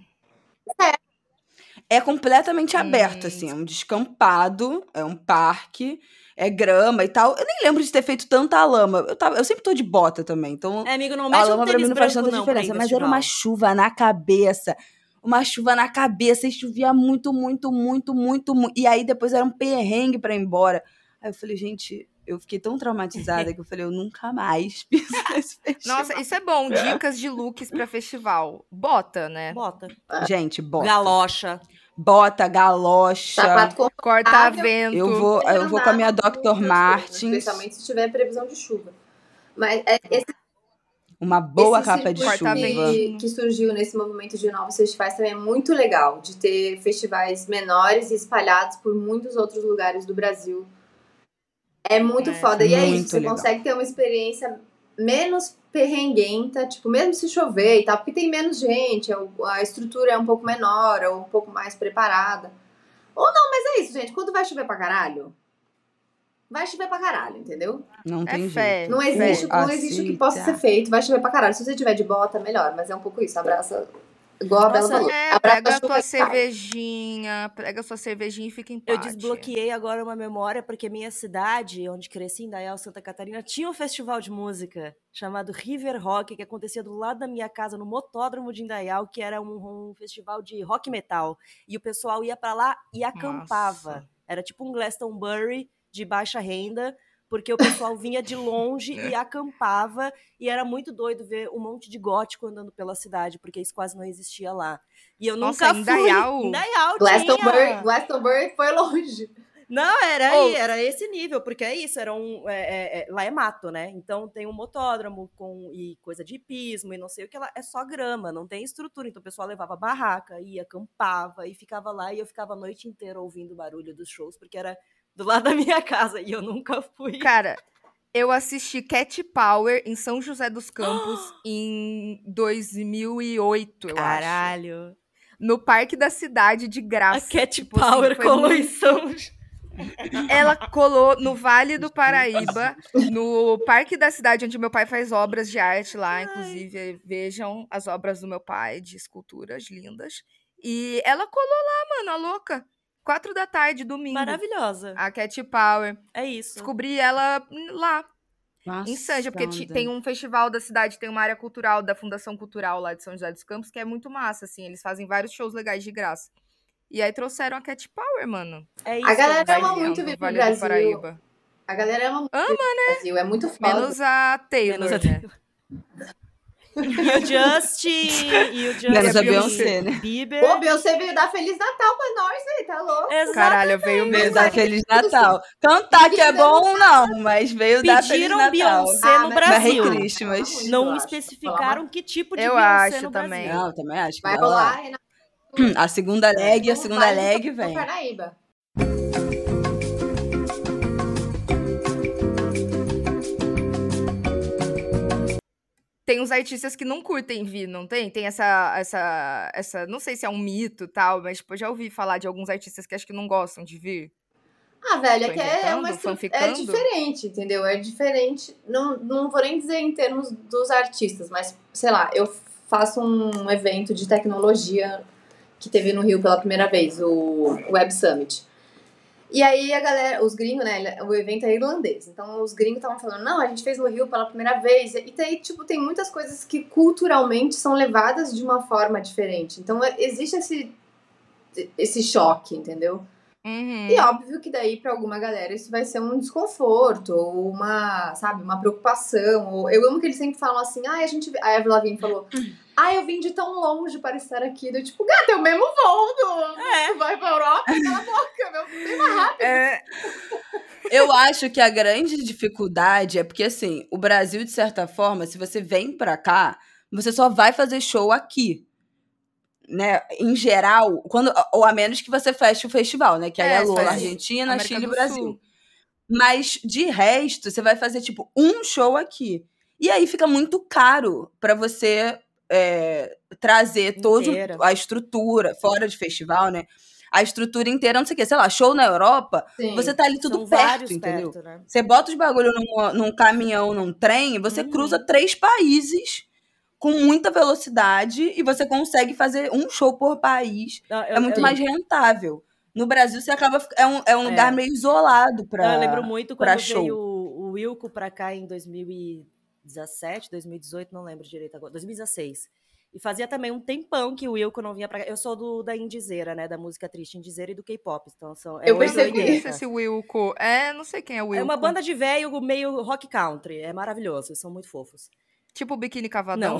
É completamente Hum. aberto, assim. É um descampado, é um parque, é grama e tal. Eu nem lembro de ter feito tanta lama. Eu, tava, eu sempre tô de bota também, então... É, amigo, não A mexe um lama pra mim tênis não faz branco tanta não pra ir diferença, em mas era uma festival. chuva na cabeça. Uma chuva na cabeça e chovia muito, muito, muito, muito, muito. E aí depois era um perrengue pra ir embora. Aí eu falei, gente, eu fiquei tão traumatizada que eu falei, eu nunca mais piso nesse festival. Nossa, isso é bom. Dicas de looks pra festival. Bota, né? Bota. Gente, bota. Galocha. Bota, galocha. Sapato com Corta-vento. Eu vou, eu vou com a minha andar doutor muito Martens. chuva, especialmente se tiver previsão de chuva. Mas é, esse, Uma boa esse capa de circuito chuva. Corta-vento. que, que surgiu nesse movimento de novos festivais também é muito legal. De ter festivais menores e espalhados por muitos outros lugares do Brasil. É muito É, foda. E é muito isso, você legal. consegue ter uma experiência menos perrenguenta, tipo, mesmo se chover e tal, porque tem menos gente, a estrutura é um pouco menor, ou um pouco mais preparada. Ou não, mas é isso, gente. Quando vai chover pra caralho, vai chover pra caralho, entendeu? Não É tem fé. jeito. Não existe, não existe o que possa ser feito. Vai chover pra caralho. Se você tiver de bota, melhor. Mas é um pouco isso. Abraça. Igual a Bela Nossa, falou. É, Abraça pega a chuva tua e sai. cervejinha, pega a sua cervejinha e fica em paz. Eu desbloqueei agora uma memória, porque minha cidade, onde cresci, em Indaial, Santa Catarina, tinha um festival de música chamado River Rock, que acontecia do lado da minha casa, no Motódromo de Indaial, que era um, um festival de rock metal. E o pessoal ia pra lá e acampava. Nossa. Era tipo um Glastonbury de baixa renda, porque o pessoal vinha de longe e acampava, e era muito doido ver um monte de gótico andando pela cidade, porque isso quase não existia lá. E eu Nossa, nunca Indaial? fui. Indaial Glastonbury, tinha. Glastonbury foi longe. Não, era Oh. aí, era esse nível, porque é isso, era um, é, é, é, lá é mato, né? Então tem um motódromo com, e coisa de hipismo e não sei o que lá, é só grama, não tem estrutura. Então o pessoal levava barraca, ia, acampava e ficava lá, e eu ficava a noite inteira ouvindo o barulho dos shows, porque era do lado da minha casa, e eu nunca fui. Cara, eu assisti Cat Power em São José dos Campos em dois mil e oito, eu acho. Caralho. No Parque da Cidade, de A graça. Cat Tipo assim, Power foi colou em muito- São... Ela colou no Vale do Paraíba, no Parque da Cidade, onde meu pai faz obras de arte lá. Inclusive, vejam as obras do meu pai, de esculturas lindas. E ela colou lá, mano, a louca. Quatro da tarde, domingo. Maravilhosa. A Cat Power. É isso. Descobri ela lá, Nossa, em Sanja, porque ti- tem um festival da cidade, tem uma área cultural da Fundação Cultural lá de São José dos Campos, que é muito massa, assim. Eles fazem vários shows legais de graça. E aí trouxeram a Cat Power, mano. É isso. A galera Vai ama vendo, muito vir pro Vale do Brasil. Paraíba. A galera ama muito Ama, vir pro Brasil. É muito foda. Menos a Taylor, Menos a né? E o Justin... E o Justin Menos a Beyoncé, né? Bieber. Pô, Beyoncé veio dar Feliz Natal pra nós, velho, tá louco? Exatamente. Caralho, veio Veio mesmo. dar Feliz Natal. Cantar que é bom, não, mas veio dar Feliz Pediram Natal. Beyoncé Ah, no mas- Brasil. Merry Christmas. Não Eu acho. especificaram que tipo de Eu Beyoncé acho no também. Brasil. Não, também acho que Vai vai rolar. rolar, Renato. A segunda leg, a no segunda baile leg do vem. Parnaíba. Tem uns artistas que não curtem vir, não tem? Tem essa, essa, essa, não sei se é um mito e tal, mas tipo, eu já ouvi falar de alguns artistas que acho que não gostam de vir. Ah, velho, é Tô que é, inventando? uma estru... é Fanficando? diferente, entendeu? É diferente. Não, não vou nem dizer em termos dos artistas, mas, sei lá, eu faço um evento de tecnologia que teve no Rio pela primeira vez, o Web Summit. E aí a galera, os gringos, né, o evento é irlandês, então os gringos estavam falando, não, a gente fez no Rio pela primeira vez, e tem, tipo, tem muitas coisas que culturalmente são levadas de uma forma diferente, então existe esse, esse choque, entendeu? Uhum. E óbvio que daí pra alguma galera isso vai ser um desconforto, ou uma, sabe, uma preocupação, ou eu amo que eles sempre falam assim, ah, a gente, a Avril Lavigne falou, ah, eu vim de tão longe para estar aqui. Eu, tipo, gata, é o mesmo voo do... É. Tu vai pra Europa, cala a boca, meu. Bem mais rápido. É, Eu acho que a grande dificuldade é porque, assim, o Brasil, de certa forma, se você vem pra cá, você só vai fazer show aqui. Né? Em geral, quando, ou a menos que você feche o festival, né? Que aí É, é Lola, faz Argentina, América Chile e do Brasil. Sul. Mas, de resto, você vai fazer, tipo, um show aqui. E aí fica muito caro pra você é, trazer toda Inteira. a estrutura, fora de festival, né? A estrutura inteira, não sei o quê. Sei lá, show na Europa, Sim. você tá ali tudo São perto, vários entendeu? perto, né? Você bota os bagulho num, num caminhão, num trem, você Uhum. cruza três países com muita velocidade e você consegue fazer um show por país. Não, eu, É muito eu- mais rentável. No Brasil, você acaba. É um, é um É. lugar meio isolado pra, Não, eu lembro muito pra quando show. veio o, o Wilco pra cá em dois mil e dezessete, dois mil e dezoito, não lembro direito agora, dois mil e dezesseis. E fazia também um tempão que o Wilco não vinha pra cá. Eu sou do, da indizeira, né? Da música triste indizeira e do K-pop. Então são, é Eu oito e percebi. Não oitenta. conheço esse Wilco. É, não sei quem é o Wilco. É uma banda de velho meio rock country. É maravilhoso, eles são muito fofos. Tipo o Biquíni Cavadão. Não.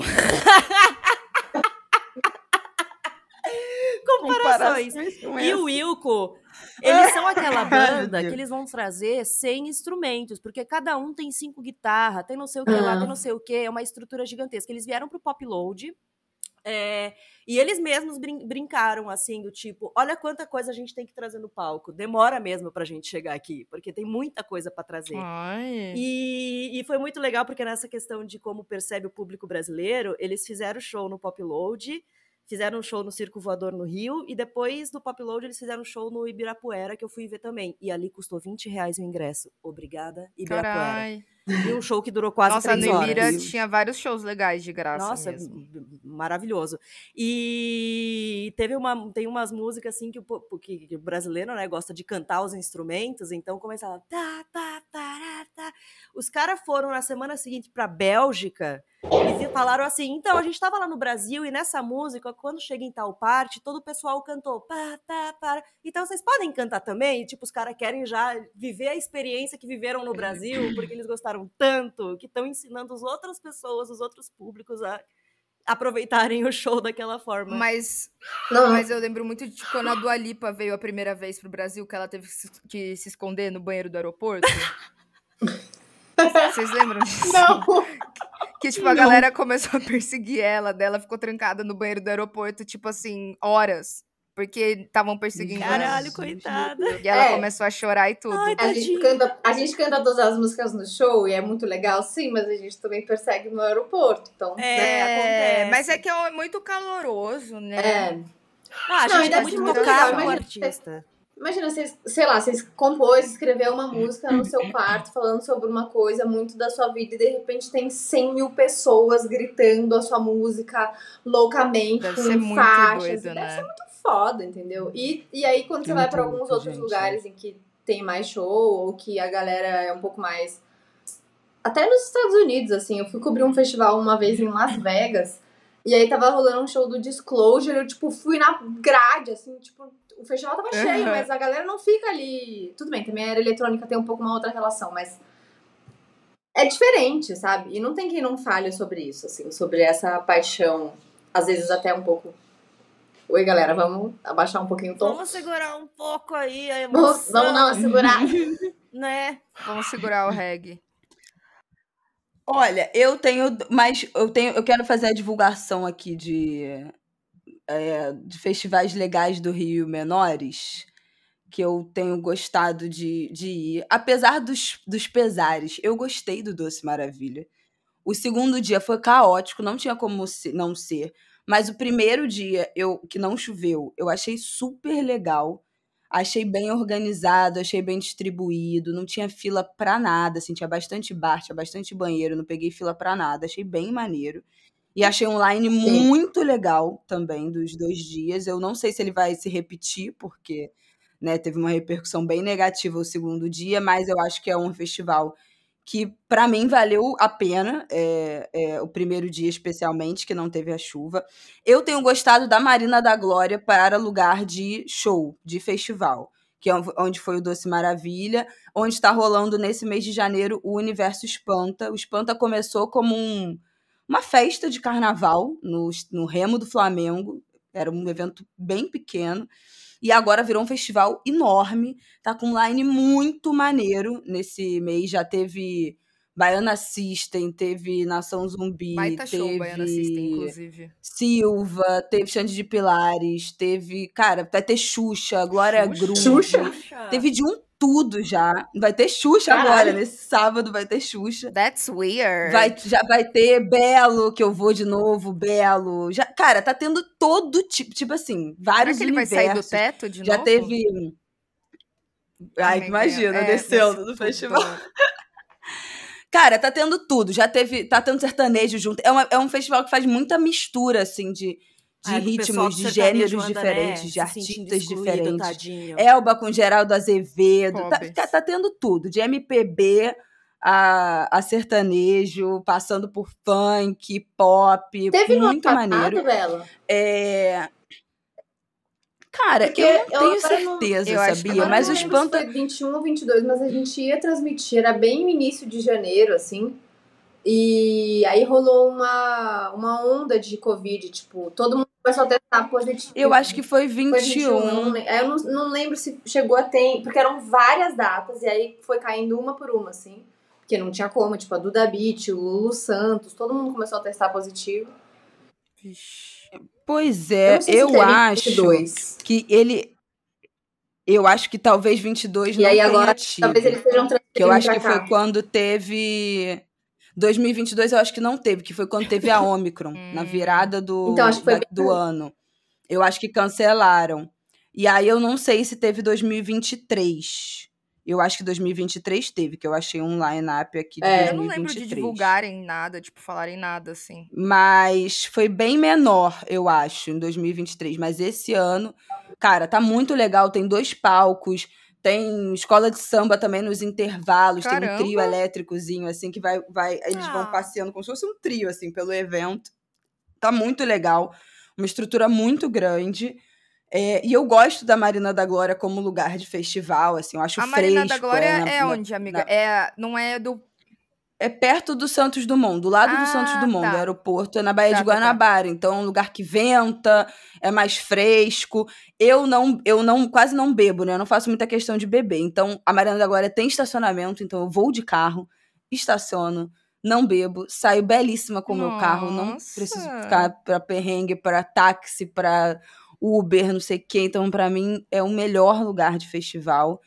Comparações. E o Wilco, eles são aquela banda que eles vão trazer sem instrumentos, porque cada um tem cinco guitarras, tem não sei o que lá, Ah. tem não sei o que, é uma estrutura gigantesca. Eles vieram pro Pop Load, é, e eles mesmos brin- brincaram, assim, do tipo, olha quanta coisa a gente tem que trazer no palco. Demora mesmo pra gente chegar aqui, porque tem muita coisa pra trazer. Ai. E, e foi muito legal, porque nessa questão de como percebe o público brasileiro, eles fizeram show no Pop Load, fizeram um show no Circo Voador no Rio, e depois do Pop Load eles fizeram um show no Ibirapuera, que eu fui ver também. E ali custou vinte reais o ingresso. Obrigada, Ibirapuera. Carai. E um show que durou quase Nossa, três no horas. Ibira tinha vários shows legais de graça Nossa, mesmo. m- maravilhoso. E teve uma, tem umas músicas assim que o, po- que, que o brasileiro, né, gosta de cantar os instrumentos, então começava tá, tá, tará, tá. Os caras foram na semana seguinte pra Bélgica e falaram assim, então, a gente tava lá no Brasil e nessa música, quando chega em tal parte, todo o pessoal cantou pá, pá, pá. Então vocês podem cantar também? E, tipo, os caras querem já viver a experiência que viveram no Brasil, porque eles gostaram tanto, que estão ensinando as outras pessoas, os outros públicos a aproveitarem o show daquela forma. Mas, Não, mas eu lembro muito de quando a Dua Lipa veio a primeira vez pro Brasil, que ela teve que se- que se esconder no banheiro do aeroporto. Vocês lembram disso? não. Que, tipo, a galera começou a perseguir ela, dela ficou trancada no banheiro do aeroporto, tipo assim, horas. Porque estavam perseguindo ela. Caralho, coitada. E ela É. começou a chorar e tudo. Ai, A gente, tadinha. canta, a gente canta todas as músicas no show e é muito legal, sim, mas a gente também persegue no aeroporto. Então, É, É, acontece. mas é que é muito caloroso, né? é. Ah, a Não, gente e tá deve muito ser muito tocado legal, com o imagina- artista. Imagina, vocês, sei lá, vocês compôs, escreveu uma música no seu quarto falando sobre uma coisa muito da sua vida e de repente tem cem mil pessoas gritando a sua música loucamente, Deve com ser muito faixas. doido, Deve né? ser muito foda, entendeu? E, e aí quando você É vai muito pra alguns louco, outros gente. lugares em que tem mais show ou que a galera é um pouco mais... Até nos Estados Unidos, assim, eu fui cobrir um festival uma vez em Las Vegas e aí tava rolando um show do Disclosure, eu, tipo, fui na grade, assim, tipo, o festival tava cheio, Uhum. mas a galera não fica ali... Tudo bem, também a era eletrônica tem um pouco uma outra relação, mas é diferente, sabe? E não tem quem não fale sobre isso, assim, sobre essa paixão, às vezes até um pouco... Oi, galera, vamos abaixar um pouquinho o tom? Vamos segurar um pouco aí a Vamos, emoção. vamos dar uma segurada. Né? Vamos segurar o reggae. Olha, eu tenho, mas eu tenho, eu quero fazer a divulgação aqui de, é, de festivais legais do Rio menores, que eu tenho gostado de, de ir. Apesar dos, dos pesares, eu gostei do Doce Maravilha. O segundo dia foi caótico, não tinha como se- não ser. Mas o primeiro dia, eu, que não choveu, eu achei super legal. Achei bem organizado, achei bem distribuído. Não tinha fila pra nada, assim, tinha bastante bar, tinha bastante banheiro. Não peguei fila pra nada, achei bem maneiro. E achei um line muito legal também dos dois dias. Eu não sei se ele vai se repetir, porque, né, teve uma repercussão bem negativa o segundo dia, mas eu acho que é um festival que, para mim, valeu a pena, é, é, o primeiro dia especialmente, que não teve a chuva. Eu tenho gostado da Marina da Glória para lugar de show, de festival, que é onde foi o Doce Maravilha, onde está rolando nesse mês de janeiro o Universo Espanta. O Espanta começou como um, uma festa de carnaval no, no Remo do Flamengo, era um evento bem pequeno, e agora virou um festival enorme, tá com um line muito maneiro nesse mês. Já teve Baiana System, teve Nação Zumbi, Baita show, teve Baiana System, inclusive. Silva, teve Xande de Pilares, teve, cara, vai ter Xuxa, Glória Xuxa? Groove, Xuxa. teve de um tudo já. Vai ter Xuxa Caralho. agora, nesse sábado vai ter Xuxa. That's weird. Vai, já vai ter Belo, que eu vou de novo, Belo. Já, cara, tá tendo todo tipo, tipo assim, Será vários que ele vai universos. sair do teto de Já novo? teve. Ai, Amiga, imagina, é, descendo desce do tudo. festival. Cara, tá tendo tudo. Já teve. Tá tendo sertanejo junto. É, uma- é um festival que faz muita mistura, assim, de, de Ai, o pessoal ritmos, do de sertanejo gêneros anda, diferentes, né, de se sentindo artistas excluído, diferentes. tadinho. Elba com Geraldo Azevedo. Tá, Pobres. tá tendo tudo. De M P B a, a sertanejo, passando por funk, pop. Teve no ano Muito maneiro. passado, Bela? É. Cara, Porque eu não eu tenho agora não- certeza, Eu acho que sabia? Agora Mas eu o não lembro se Espanta. foi vinte e um ou vinte e dois, mas a gente ia transmitir, era bem no início de janeiro, assim. E aí rolou uma, uma onda de Covid, tipo, todo mundo começou a testar positivo. Eu acho que foi Foi vinte vinte e e um, eu não, um. lem- eu não, não lembro se chegou a ter, porque eram várias datas, e aí foi caindo uma por uma, assim. Porque não tinha como, tipo, a Duda Beat, o Lulu Santos, todo mundo começou a testar positivo. Vixe. Pois Eu é, não sei se eu teve acho vinte e dois. que ele. Eu acho que talvez vinte e dois E não aí tenha agora, tido. talvez eles estejam Que eu transferindo acho pra que cá. foi quando teve. dois mil e vinte e dois eu acho que não teve, que foi quando teve a Omicron, na Hum. virada do, Então, acho que foi da- bem do ano. Eu acho que cancelaram. E aí eu não sei se teve dois mil e vinte e três. Eu acho que dois mil e vinte e três teve, que eu achei um line-up aqui de É. Eu não lembro de dois mil e vinte e três. divulgarem nada, tipo, falarem nada, assim. Mas foi bem menor, eu acho, em dois mil e vinte e três. Mas esse ano, cara, tá muito legal. Tem dois palcos, tem escola de samba também nos intervalos, tem um Caramba! trio elétricozinho, assim, que vai, vai eles Ah. vão passeando como se fosse um trio, assim, pelo evento. Tá muito legal. Uma estrutura muito grande. É, e eu gosto da Marina da Glória como lugar de festival, assim, eu acho A fresco. Marina da Glória é, na- é na- onde, amiga? na- É, não é do... é perto do Santos Dumont, do lado do Santos Ah, Dumont, do tá. aeroporto, é na Baía Tá, de tá, tá. Guanabara. Então é um lugar que venta, é mais fresco. Eu não, eu não, quase não bebo, né? Eu não faço muita questão de beber. Então a Marina da Glória tem estacionamento, então eu vou de carro, estaciono, não bebo, saio belíssima com o meu carro, não preciso Nossa. ficar pra perrengue, pra táxi, pra Uber, não sei o quê. Então pra mim é o melhor lugar de festival.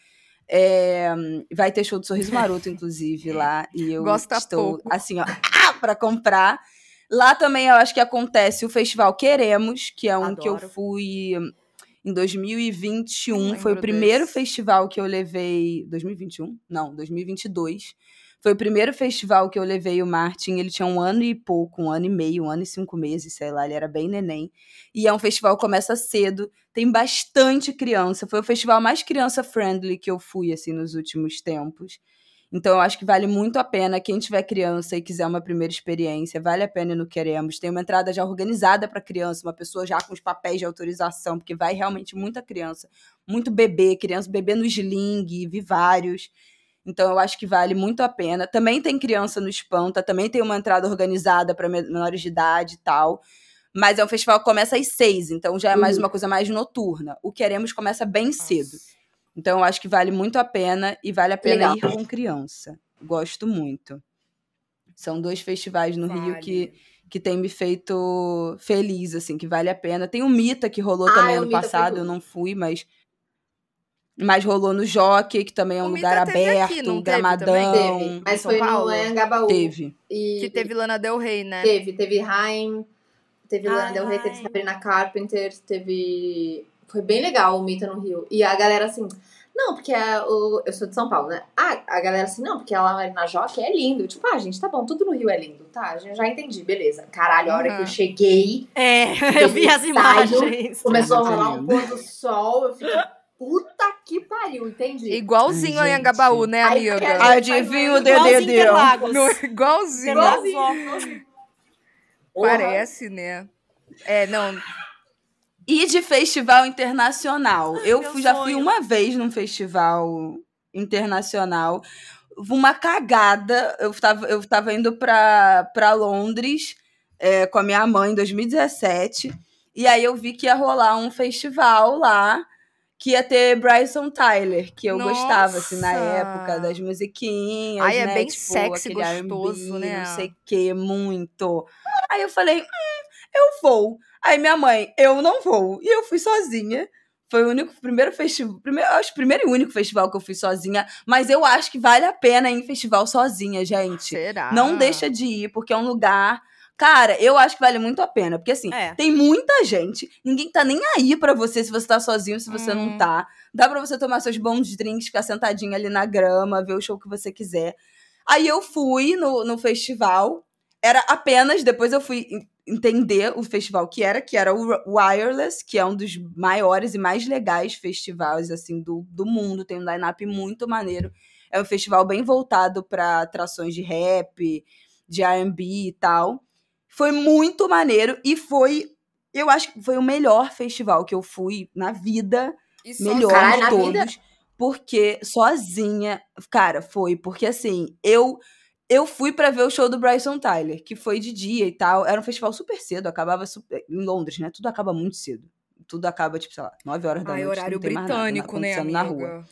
É, vai ter show do Sorriso Maroto, inclusive, lá. E eu Gosta estou, pouco. assim, ó, ah, pra comprar. Lá também eu acho que acontece o Festival Queremos, que é um que eu Adoro. fui em dois mil e vinte e um. Não Foi o lembro primeiro desse. festival que eu levei... dois mil e vinte e um? Não, dois mil e vinte e dois. Foi o primeiro festival que eu levei o Martin. Ele tinha um ano e pouco, um ano e meio, um ano e cinco meses, sei lá. Ele era bem neném. E é um festival que começa cedo. Tem bastante criança. Foi o festival mais criança-friendly que eu fui, assim, nos últimos tempos. Então, eu acho que vale muito a pena. Quem tiver criança e quiser uma primeira experiência, vale a pena ir no Queremos. Tem uma entrada já organizada para criança, uma pessoa já com os papéis de autorização, porque vai realmente muita criança. Muito bebê, criança bebê no sling, vi vários. Então eu acho que vale muito a pena. Também tem criança no Espanta, também tem uma entrada organizada para menores de idade e tal. Mas é um festival que começa às seis, então já é mais Uhum. uma coisa mais noturna. O Queremos começa bem cedo. Então eu acho que vale muito a pena e vale a pena Legal. ir com criança. Gosto muito. São dois festivais no Rio Vale. que, que tem me feito feliz, assim, que vale a pena. Tem o Mita, que rolou Ah, também o ano Mita foi passado, eu tudo. não fui, mas... Mas rolou no Jockey, que também é um O lugar Mita teve aqui, aberto, não teve gramadão. Teve, mas Em São foi Paulo? no Anhangabaú. Teve. E Que teve Lana Del Rey, né? teve, teve Haim, teve Lana Ai, Del Rey, teve ai. Sabrina Carpenter, teve... Foi bem legal o Mita no Rio. E a galera assim... Não, porque a, o, eu sou de São Paulo, né? Ah, a galera assim, não, porque ela na Jockey é lindo. Tipo, ah, gente, tá bom, tudo no Rio é lindo, tá? Já, já entendi, beleza. Caralho, a hora Uhum. que eu cheguei, É, eu vi as ensaio, imagens. começou a Muito rolar um lindo. pôr do sol, eu fiquei, puta que pariu, entendi. Igualzinho Ai, a Anhangabaú, gente. né, Aí, amiga? aí, Adivinha o Igualzinho D D D. Interlagos. No- igualzinho. Interlagos, Igualzinho. ó. Parece, né? É, não. E de festival internacional. Eu Meu fui, já fui sonho. uma vez num festival internacional. Uma cagada. Eu tava, eu tava indo pra, pra Londres é, com a minha mãe em dois mil e dezessete. E aí eu vi que ia rolar um festival lá que ia ter Bryson Tyler, que eu Nossa! gostava, assim, na época, das musiquinhas, Ai, é né? bem tipo, sexy, aquele R and B, gostoso, né? não sei o que, muito. Aí eu falei, hum, eu vou. Aí minha mãe, eu não vou. E eu fui sozinha. Foi o único, primeiro festival, primeiro, acho que o primeiro e único festival que eu fui sozinha, mas eu acho que vale a pena ir em festival sozinha, gente. Será? Não deixa de ir, porque é um lugar... Cara, eu acho que vale muito a pena, porque assim, É. tem muita gente, ninguém tá nem aí pra você se você tá sozinho, se você Hum. não tá. Dá pra você tomar seus bons drinks, ficar sentadinho ali na grama, ver o show que você quiser. Aí eu fui no, no festival, era apenas, depois eu fui entender o festival que era, que era o Wireless, que é um dos maiores e mais legais festivais, assim, do, do mundo, tem um line-up muito maneiro. É um festival bem voltado pra atrações de rap, de R and B e tal. Foi muito maneiro e foi, eu acho que foi o melhor festival que eu fui na vida, E melhor Caralho, de na todos, vida? porque sozinha, cara, foi, porque assim, eu eu fui pra ver o show do Bryson Tyler, que foi de dia e tal, era um festival super cedo, acabava super, em Londres, né, tudo acaba muito cedo, tudo acaba, tipo, sei lá, nove horas da Ai, noite, horário não tem mais nada britânico, né, acontecendo amiga? na rua.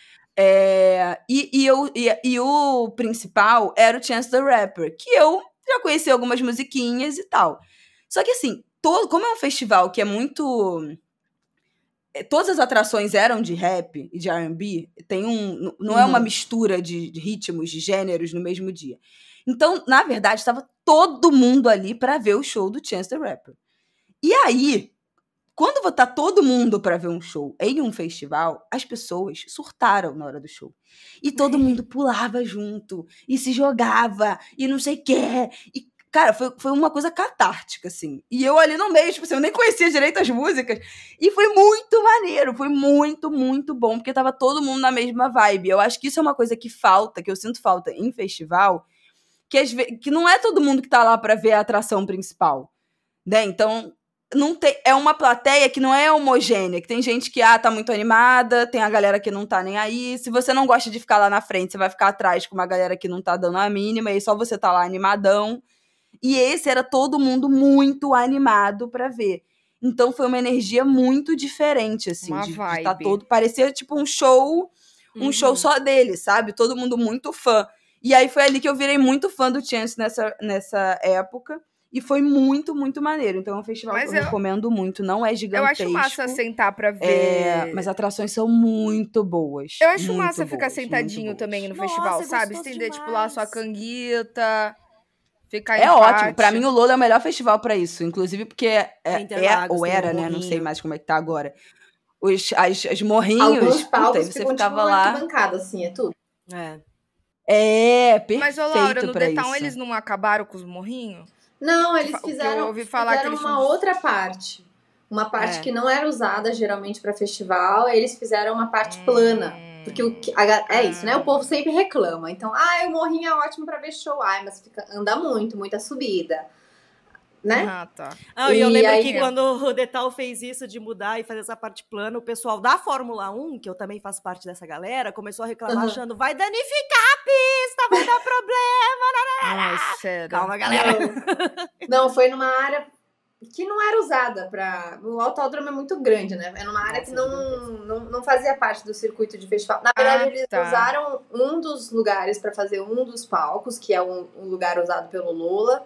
É, e, e, eu, e, e o principal era o Chance the Rapper, que eu já conheci algumas musiquinhas e tal. Só que assim, todo, como é um festival que é muito... Todas as atrações eram de rap e de R and B, tem um, não é uma Uhum. mistura de, de ritmos, de gêneros no mesmo dia. Então, na verdade, estava todo mundo ali pra ver o show do Chance the Rapper. E aí, quando tá todo mundo pra ver um show em um festival, as pessoas surtaram na hora do show. E todo mundo pulava junto, e se jogava, e não sei o quê. E, cara, foi, foi uma coisa catártica, assim. E eu ali no meio, tipo assim, eu nem conhecia direito as músicas. E foi muito maneiro, foi muito, muito bom, porque tava todo mundo na mesma vibe. Eu acho que isso é uma coisa que falta, que eu sinto falta em festival, que, às vezes, que não é todo mundo que tá lá pra ver a atração principal, né? Então... Não tem, é uma plateia que não é homogênea, que tem gente que ah, tá muito animada, tem a galera que não tá nem aí. Se você não gosta de ficar lá na frente, você vai ficar atrás com uma galera que não tá dando a mínima, e só você tá lá animadão. E esse era todo mundo muito animado pra ver. Então foi uma energia muito diferente, assim, Uma de estar vibe. tá todo... Parecia tipo um show, um Uhum. show só dele, sabe? Todo mundo muito fã. E aí foi ali que eu virei muito fã do Chance nessa, nessa época. E foi muito, muito maneiro. Então é um festival Mas que eu, eu- recomendo muito. Não é Eu gigantesco. acho massa sentar pra ver. é, mas as atrações são muito boas. Eu acho muito massa ficar boas, sentadinho muito boas. também no Nossa, festival, é sabe? gostoso Estender, tipo, lá a sua demais. canguita, ficar em É ótimo. pátio. Pra mim, o Lola é o melhor festival pra isso. Inclusive porque é, é, Interlagos, ou tem era, um né? Não sei morrinho. mais como é que tá agora. Os, as, as morrinhos. Alguns Puta, aí palcos você ficam ficava tipo lá. arquibancada, assim, é tudo. É. É, perfeito Mas, ô Laura, no pra The Town isso. eles não acabaram com os morrinhos? Não, Que eles fa- o que eu fizeram, ouvi falar fizeram que eles uma tinham- outra parte. Uma parte É. que não era usada geralmente pra festival, eles fizeram uma parte Hum. plana. Porque o que, a ga- é Ah. isso, né? O povo sempre reclama. Então, ah, o morrinho é ótimo pra ver show. Ai, mas fica, anda muito, muita subida. né? Ah, tá. Ah, e eu E lembro aí- que quando o Detal fez isso de mudar e fazer essa parte plana, o pessoal da Fórmula um, que eu também faço parte dessa galera, começou a reclamar Uhum. achando vai danificar a pista, vai dar problema. Ai, sério. Calma, galera. Não, foi numa área que não era usada para. O autódromo é muito grande, né? É numa área Nossa, que não, não, não fazia parte do circuito de festival. Na verdade, Ah, eles tá. usaram um dos lugares para fazer um dos palcos, que é um, um lugar usado pelo Lola.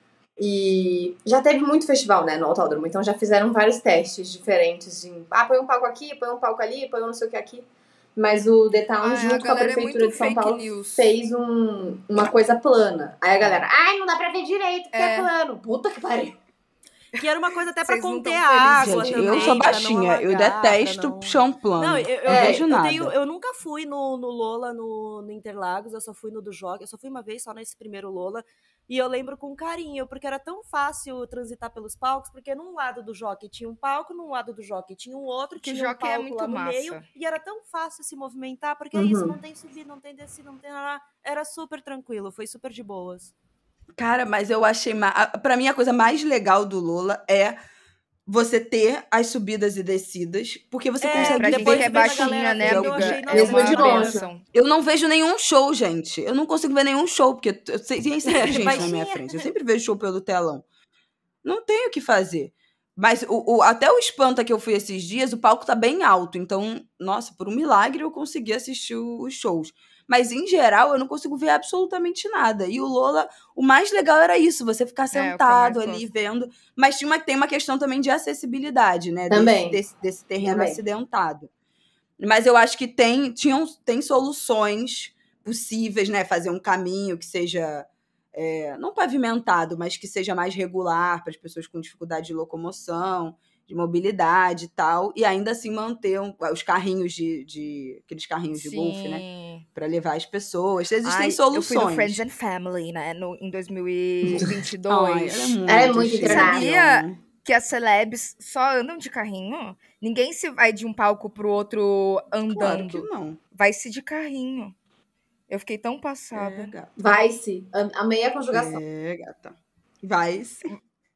E já teve muito festival, né, no autódromo. Então já fizeram vários testes diferentes. De, ah, põe um palco aqui, põe um palco ali, põe um não sei o que aqui. Mas o The Town, Ai, a junto com a galera é Prefeitura muito de São fake Paulo, news. fez um, uma coisa plana. Aí a galera, ai, não dá pra ver direito, porque é, É. plano. Puta que pariu. Que era uma coisa até pra Vocês não conter tão a felizes, água Gente, também. eu sou pra não baixinha, eu alagar, detesto pra não... chão plano. Não, eu, eu, não É, vejo eu, nada. tenho, eu nunca fui no, no Lola, no, no Interlagos, eu só fui no do Jockey, eu só fui uma vez só nesse primeiro Lola, e eu lembro com carinho, porque era tão fácil transitar pelos palcos, porque num lado do Jockey tinha um palco, num lado do Jockey tinha um outro, Que tinha um Jockey é palco muito lá no massa. meio, e era tão fácil se movimentar, porque é Uhum. isso, não tem subida, não tem descida, não tem nada, era super tranquilo, foi super de boas. Cara, mas eu achei... Ma... a- Pra mim, a coisa mais legal do Lola é você ter as subidas e descidas, porque você É, consegue Pra gente depois que é ver vendo a show. baixinha, galera né, vendo, eu amiga? achei, É nossa, Mesmo uma de longe. benção. Eu não vejo nenhum show, gente. Eu não consigo ver nenhum show, porque eu sei- tem sempre É, gente na baixinha. minha frente. Eu sempre vejo show pelo telão. Não tenho o que fazer. Mas o, o- até o Espanta que eu fui esses dias, o palco tá bem alto. Então, nossa, por um milagre eu consegui assistir o- os shows. Mas, em geral, eu não consigo ver absolutamente nada. E o Lola, o mais legal era isso, você ficar É, o que eu mais sentado ali, gosto. vendo. Mas tinha uma, tem uma questão também de acessibilidade, né? Também. Desse, desse, desse terreno Também. acidentado. Mas eu acho que tem, tinham, tem soluções possíveis, né? Fazer um caminho que seja, é, não pavimentado, mas que seja mais regular para as pessoas com dificuldade de locomoção, de mobilidade e tal. E ainda assim manter um- os carrinhos de, de... aqueles carrinhos de golfe, né? Sim. Para levar as pessoas. Existem Ai, eu soluções. fui no Friends and Family, né, no, em dois mil e vinte e Ai, dois. ela é muito, Ela é muito chique. Sabia que as celebs só andam de carrinho? Ninguém se vai de um palco pro outro andando. Claro que não. Vai-se de carrinho. Eu fiquei tão passada. É, gata. Vai-se. Am- Amei a conjugação. É, gata. Vai sim.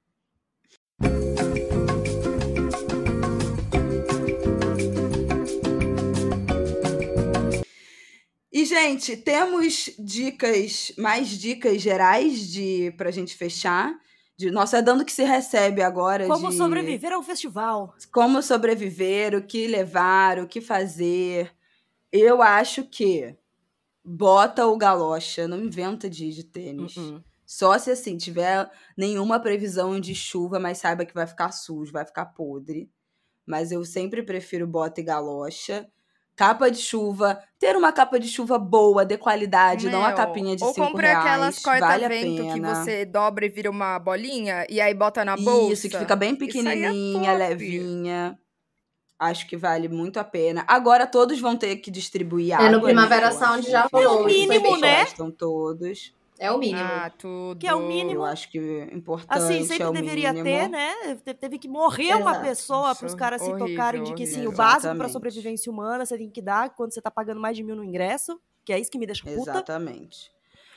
E, gente, temos dicas, mais dicas gerais de pra gente fechar. De, nossa, é dando que se recebe agora. Como de sobreviver a um festival. Como sobreviver, o que levar, o que fazer. Eu acho que bota o galocha, não inventa de, de tênis. Uh-uh. Só se, assim, tiver nenhuma previsão de chuva, mas saiba que vai ficar sujo, vai ficar podre. Mas eu sempre prefiro bota e galocha. Capa de chuva. Ter uma capa de chuva boa, de qualidade, não a Meu, capinha de ou cinco compra aquelas reais. Vale a corta-vento que pena. você dobra e vira uma bolinha e aí bota na bolsa. Isso, que fica bem Isso aí é pequenininha, top. levinha. Acho que vale muito a pena. Agora todos vão ter que distribuir É, água. no Primavera né? Eu Sound acho, já enfim, rolou. É o mínimo, eles né? gostam todos. É o mínimo. Ah, tudo. Que é o mínimo. Eu acho que é importante. Assim, é sempre o deveria mínimo. ter, né? Te- Teve que morrer uma Exato. pessoa Nossa, para os caras se horrível, tocarem de que, sim, o horrível. básico para Exatamente. sobrevivência humana você tem que dar quando você tá pagando mais de mil no ingresso, que é isso que me deixa puta. Exatamente.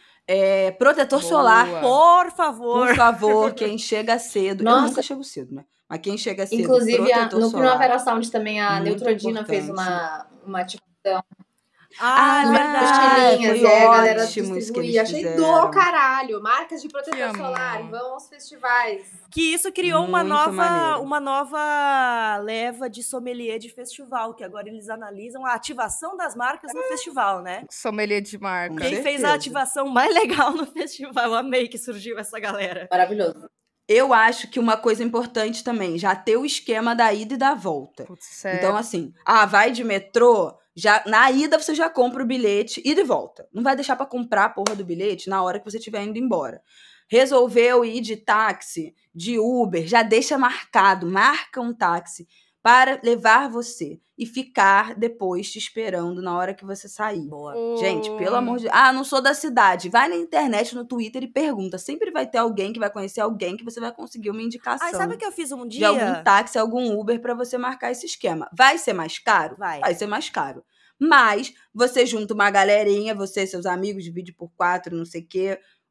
É, protetor Boa. solar, Por favor. por favor, quem chega cedo. Eu Nossa. nunca chego cedo, né? Mas quem chega cedo, Inclusive, a- protetor no solar. Primavera Sound também a Muito Neutrodina fez importante. uma, uma ativação. Ah, é Ah, verdade. Mochilinhas, foi e aí a galera ótimo isso que distribuía. eles Achei fizeram. do caralho. Marcas de Que protetor amor. solar, vão aos festivais. Que isso criou uma Muito nova, maneiro. uma nova leva de sommelier de festival, que agora eles analisam a ativação das marcas no festival, né? Sommelier de marca. Com Quem fez certeza. a ativação mais legal no festival? Eu amei que surgiu essa galera. Maravilhoso. Eu acho que uma coisa importante também, já ter o esquema da ida e da volta. Putz, é... Então, assim, ah, vai de metrô, já, na ida você já compra o bilhete, ida e volta. Não vai deixar pra comprar a porra do bilhete na hora que você estiver indo embora. Resolveu ir de táxi, de Uber, já deixa marcado, marca um táxi para levar você e ficar depois te esperando na hora que você sair. Boa. Gente, O- pelo amor de... Ah, não sou da cidade. Vai na internet, no Twitter e pergunta. Sempre vai ter alguém que vai conhecer alguém que você vai conseguir uma indicação Ai, sabe o que eu fiz um de dia? algum táxi, algum Uber pra você marcar esse esquema. Vai ser mais caro? Vai. Vai ser mais caro. Mas você junta uma galerinha, você e seus amigos, divide por quatro, não sei o quê.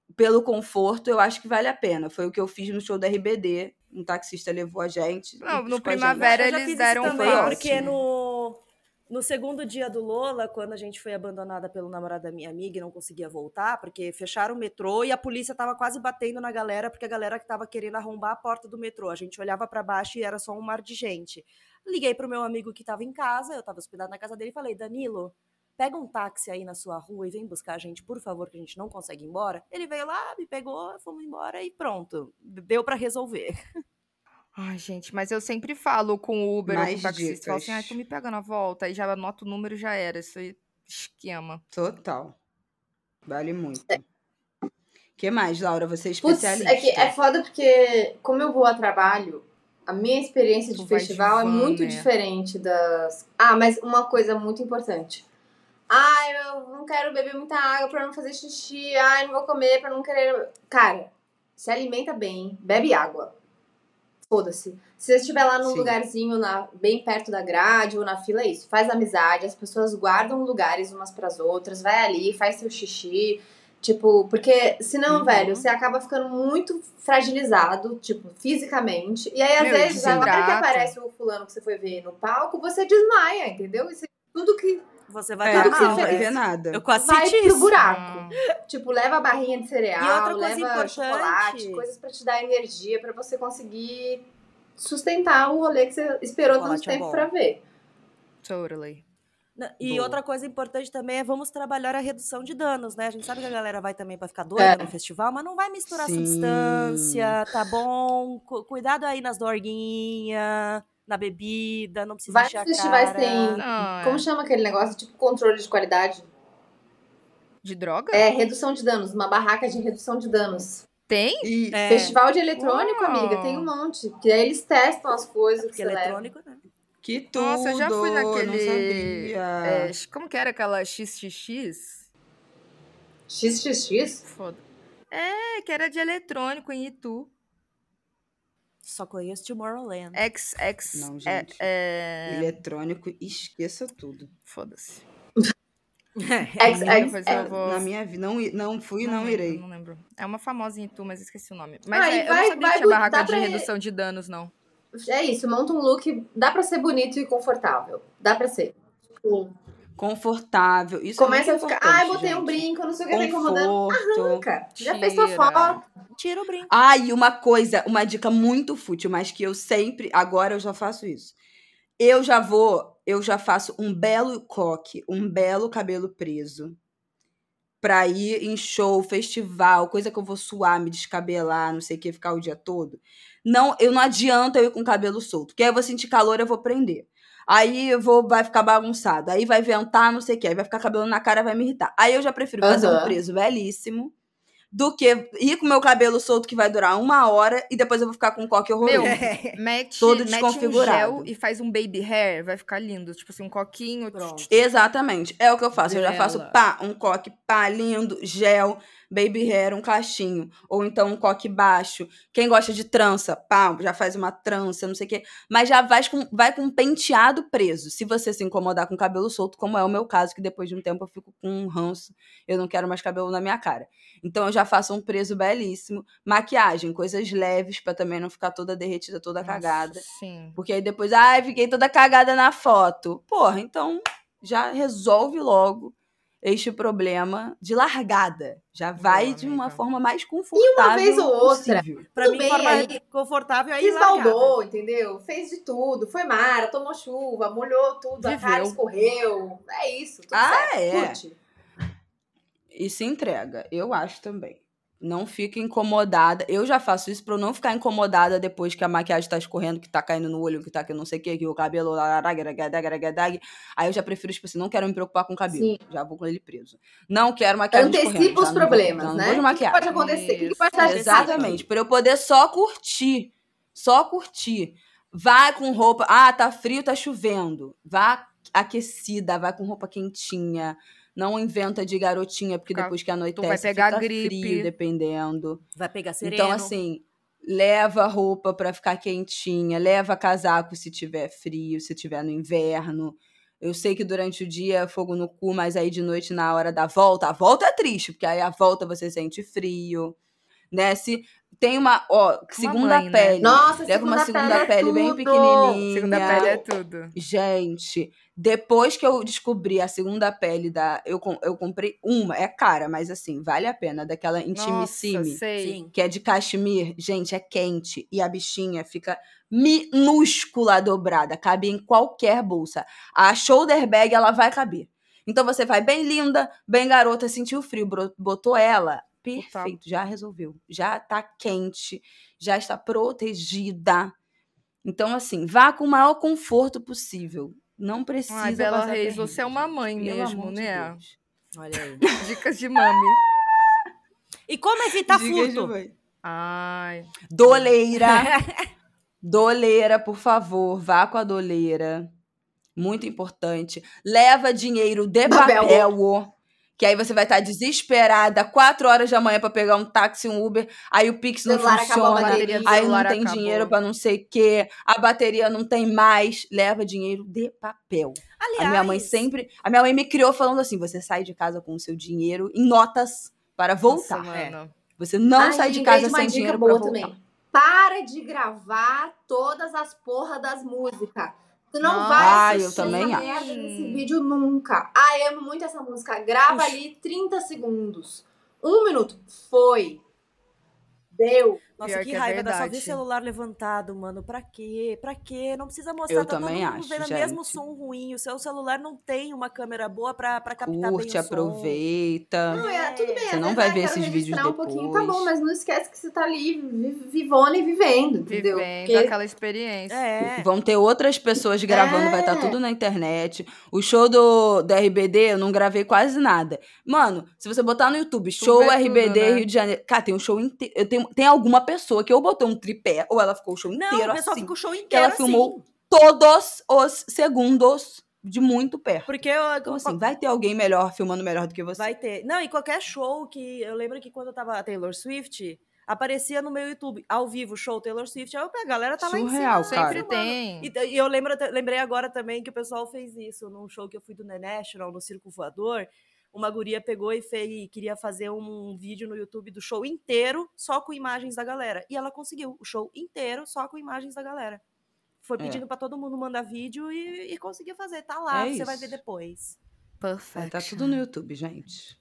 pelo conforto, eu acho que vale a pena. Foi o que eu fiz no show da R B D. Um taxista levou a gente. Não, e no com a gente. Primavera Eu já eles fiz deram isso um também, passe. porque no, no segundo dia do Lola, quando a gente foi abandonada pelo namorado da minha amiga e não conseguia voltar, porque fecharam o metrô e a polícia tava quase batendo na galera, porque a galera que tava querendo arrombar a porta do metrô. A gente olhava pra baixo e era só um mar de gente. Liguei pro meu amigo que tava em casa, eu tava hospedada na casa dele e falei, Danilo, pega um táxi aí na sua rua e vem buscar a gente, por favor, que a gente não consegue ir embora. Ele veio lá, me pegou, fomos embora e pronto. Deu pra resolver. Ai, gente, mas eu sempre falo com o Uber ou com Mais o taxista. Falo assim, ai, dicas. tu me pega na volta. Aí já anota o número e já era. Isso aí, esquema. Total. Vale muito. O que mais, Laura? Você é Putz, especialista. é que é foda porque, como eu vou a trabalho, a minha experiência Tu de vai de festival é van, muito né? diferente das. Ah, mas uma coisa muito importante. Ai, eu não quero beber muita água pra não fazer xixi. Ai, não vou comer pra não querer. Cara, se alimenta bem, bebe água. Foda-se. Se você estiver lá num Sim. lugarzinho na, bem perto da grade ou na fila, é isso. Faz amizade, as pessoas guardam lugares umas pras outras, vai ali, faz seu xixi. Tipo, porque senão, Uhum. velho, você acaba ficando muito fragilizado, tipo, fisicamente. E aí, às Meu, e vezes, a hora que desidrata. aparece o fulano que você foi ver no palco, você desmaia, entendeu? Isso, tudo que Você vai É, estar tudo que não mal, você vai né? ver nada. Eu quase vai senti pro isso. buraco. Ah, Tipo, leva a barrinha de E cereal, outra coisa leva chocolate, importante, coisas pra te dar energia, pra você conseguir sustentar o rolê que você esperou tanto chocolate é tempo bom. pra ver. totally. Não, E Boa. outra coisa importante também é vamos trabalhar a redução de danos, né? A gente sabe que a galera vai também pra ficar doida É. no festival, mas não vai misturar Sim. substância, tá bom? Cu- Cuidado aí nas dorguinhas, na bebida, não precisa Vários encher a festivais cara. têm. Não, Como é. chama aquele negócio? Tipo controle de qualidade. De droga? É, redução de danos. Uma barraca de redução de danos. Tem? E É, Festival de eletrônico, amiga, tem um Uau! monte. Que aí eles testam as coisas que porque você leva. eletrônico, né? que tudo! Nossa, eu já fui Não naquele. sabia. é, como que era aquela X X X? X X X? Foda. É, que era de eletrônico em Itu. Só conheço Tomorrowland. X, X. Não, É, gente. é... Eletrônico, esqueça tudo. Foda-se. X, Qualquer X, coisa eu X. vou. Na minha vida, não, i- não fui e Não não lembro, irei. não lembro. É uma famosa em Itu, mas esqueci o nome. Mas Ah, e é, eu não vai- sabia vai que tinha bu- barraca dá de pra- redução de danos, não. É isso, monta um look, dá pra ser bonito e confortável. Dá pra ser. Tipo, Confortável. Isso começa é a muito ficar, importante, ah, eu botei um gente. brinco, não sei o que, tá incomodando. Conforto. Arranca. Já fez sua Tira. foto. Tira o brinco. Ah, e uma coisa, uma dica muito fútil, mas que eu sempre, agora eu já faço isso. Eu já vou, eu já faço um belo coque, um belo cabelo preso. Pra ir em show, festival, coisa que eu vou suar, me descabelar, não sei o que, ficar o dia todo. Não, eu não adianta eu ir com o cabelo solto, porque aí eu vou sentir calor, eu vou prender. Aí eu vou, vai ficar bagunçado, aí vai ventar, não sei o que, aí vai ficar cabelo na cara, vai me irritar. Aí eu já prefiro fazer um Aham. preso belíssimo, do que ir com o meu cabelo solto que vai durar uma hora e depois eu vou ficar com um coque horroroso. Meu, mete, Todo mete um desconfigurado. gel e faz um baby hair, vai ficar lindo. Tipo assim, um coquinho. Pronto. Exatamente, é o que eu faço. Eu já faço Dela. pá, um coque pá, lindo, gel, baby hair, um cachinho. Ou então um coque baixo. Quem gosta de trança, pá, já faz uma trança, não sei o quê. Mas já vai com, vai com um penteado preso. Se você se incomodar com cabelo solto, como é o meu caso, que depois de um tempo eu fico com um ranço, eu não quero mais cabelo na minha cara. Então eu já faço um preso belíssimo. Maquiagem, coisas leves, pra também não ficar toda derretida, toda Nossa, cagada. sim. Porque aí depois, ai, fiquei toda cagada na foto. Porra, então já resolve logo este problema de largada. Já vai Boa, de uma amiga. forma mais confortável vez ou outra. possível. Pra Tudo mim, bem, forma aí confortável aí Se largada. esbaldou, entendeu? Fez de tudo. Foi mara, tomou chuva, molhou tudo, a cara Viveu. escorreu. É isso, tudo Ah, certo. é. Curte. E se entrega, eu acho também. Não fica incomodada. Eu já faço isso pra eu não ficar incomodada depois que a maquiagem tá escorrendo, que tá caindo no olho, que tá que não sei o que, que o cabelo... Aí eu já prefiro, tipo assim, não quero me preocupar com o cabelo. Sim. Já vou com ele preso. Não quero maquiagem escorrendo. Antecipa os já não vou- problemas, já não né? vou de O que, que maquiagem. pode acontecer? O que, que Isso. pode dar errado Exatamente, aqui? pra eu poder só curtir. Só curtir. Vai com roupa. Ah, tá frio, tá chovendo. Vá aquecida, vai com roupa quentinha. Não inventa de garotinha, porque Fica- depois que anoitece, tu vai pegar fica gripe. frio, dependendo. Vai pegar sereno. Então, assim, leva roupa pra ficar quentinha, leva casaco se tiver frio, se tiver no inverno. Eu sei que durante o dia é fogo no cu, mas aí de noite, na hora da volta, a volta é triste, porque aí a volta você sente frio, né? Se tem uma, ó, segunda mãe, né? pele. Nossa, Leva uma segunda segunda pele é pele bem tudo. pequenininha. Segunda pele é tudo. Gente, depois que eu descobri a segunda pele da... Eu, com- eu comprei uma, é cara, mas assim, vale a pena. Daquela Nossa, Intimissimi, sei. Sim. que é de cachemir. Gente, é quente. E a bichinha fica minúscula dobrada. Cabe em qualquer bolsa. A shoulder bag, ela vai caber. Então você vai bem linda, bem garota, sentiu frio, bro- botou ela, perfeito, já resolveu. Já tá quente, já está protegida. Então, assim, vá com o maior conforto possível. Não precisa Ai, Bela passar Reis, perrengue, você é uma gente. mãe Pelo mesmo, amor de né? Deus. Olha aí. Dicas de mami. E como evitar Dicas de furto? mãe. Ai. Doleira. Doleira, por favor, vá com a doleira. Muito importante. Leva dinheiro de Papel. papel. Que aí você vai estar desesperada, quatro horas da manhã pra pegar um táxi, um Uber, aí o Pix não Celular acabou a funciona, bateria do aí celular não tem acabou. dinheiro pra não sei o quê, a bateria não tem mais. Leva dinheiro de papel. Aliás, A minha mãe sempre... A minha mãe me criou falando assim, você sai de casa com o seu dinheiro em notas para voltar. Nossa, mano. Você não Ai, sai de lembrei casa de uma sem dica dinheiro pra boa voltar. também. Para de gravar todas as porra das músicas. Tu não Nossa, vai Ah, eu assistir também essa acho. merda nesse vídeo nunca. Ai, amo muito essa música. Grava ali trinta segundos. Um minuto. Foi. Deu. Nossa, Pior que, que é raiva, dá só ver verdade. celular levantado, mano. Pra quê? Pra quê? Não precisa mostrar, Eu tá também todo mundo acho, vendo o gente. mesmo som ruim. O seu celular não tem uma câmera boa pra, pra captar Curte, bem o som. aproveita. Não, é, tudo bem. Você às não vezes, vai ah, ver quero esses vídeos registrar um pouquinho, tá depois. bom, mas não esquece que você tá ali vi- vivona e vivendo, entendeu? Vivendo Porque aquela experiência. É. Vão ter outras pessoas gravando, É. vai estar tudo na internet. O show do, do R B D, eu não gravei quase nada. Mano, se você botar no YouTube, show vê R B D tudo, né? Rio de Janeiro. Cara, tem um show inteiro. Eu tenho, tem alguma pessoa que ou botou um tripé, ou ela ficou o show Não, inteiro o pessoal assim. fica o show Que inteiro ela filmou assim. todos os segundos de muito perto. Porque eu, Então, assim, vai ter alguém melhor, filmando melhor do que você. vai ter. Não, e qualquer show que. Eu lembro que quando eu tava a Taylor Swift, aparecia no meu YouTube, ao vivo, show Taylor Swift. Aí eu- a galera tá Surreal, lá em cima. cara. Sempre tem. E, e eu lembro, lembrei agora também que o pessoal fez isso num show que eu fui do The National, no Circo Voador. Uma guria pegou e fez, queria fazer um vídeo no YouTube do show inteiro, só com imagens da galera. E ela conseguiu o show inteiro, só com imagens da galera. Foi pedindo É. pra todo mundo mandar vídeo e, e conseguiu fazer. Tá lá, É você vai isso. ver depois. Vai Perfect. tá tudo no YouTube, gente.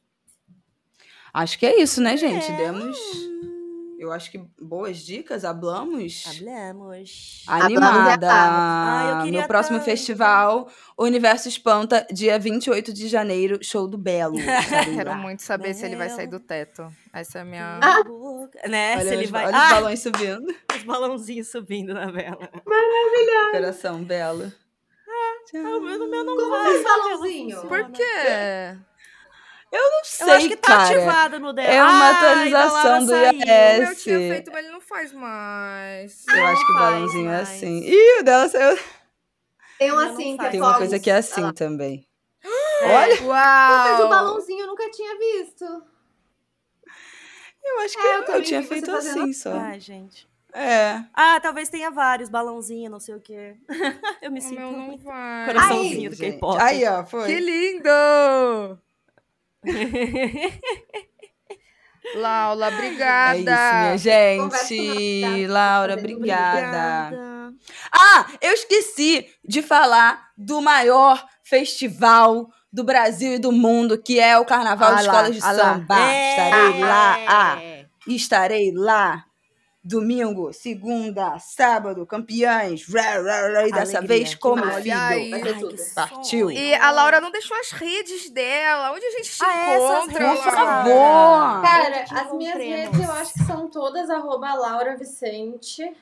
Acho que é isso, né, gente? É. Demos, eu acho que boas dicas, hablamos. Hablamos. Animada. Ah, eu queria Meu próximo tanto. festival, Universo Espanta, dia vinte e oito de janeiro, show do Belo. Estarei Quero lá. muito saber se ele vai sair do teto. Essa é a minha... Ah. Boca. Né? Olha, Se ele os, vai. olha Ah, os balões subindo. os balãozinhos subindo na vela. Coração, Belo. Ah, o meu, o meu não Como vai. fez sabe? balãozinho? Não Por funciona. quê? Eu não sei, Eu acho que tá cara. ativado no dela. É uma Ah, atualização então a Laura do saiu. I A O meu S. tinha feito, mas ele não faz mais. Eu Não acho que o faz balãozinho é mais. assim. Ih, o dela saiu. Tem um Não, não assim, que faz. é Tem uma fogos. coisa que é Olha assim lá. também. É. Olha, Mas o Uau! balãozinho eu nunca tinha visto. eu acho que É, eu eu, também tinha vi você feito fazendo assim só. Ai, gente. É. Ah, talvez tenha vários, balãozinho, não sei o quê. Eu me O sinto meu não muito vai. coraçãozinho Aí, do gente. K-pop. Aí, ó, foi. Que lindo! Laura, obrigada. É isso, minha Conversa gente. comigo. Laura, Fazendo obrigada. Ah, eu esqueci de falar do maior festival do Brasil e do mundo, que é o Carnaval Ah de lá, Escolas de ah lá. Samba. É. Estarei lá. Ah, estarei lá. Domingo, segunda, sábado, campeãs. Rá, rá, rá, e dessa Alegria, vez que com meu maravilha. filho. Ai, vai ter Ai, tudo. que Partiu. sonho. E a Laura não deixou as redes dela. Onde a gente te Ah, essas encontra, redes, Por Laura? favor. Cara, Onde te as minhas encontremos? redes eu acho que são todas arroba Laura Vicente.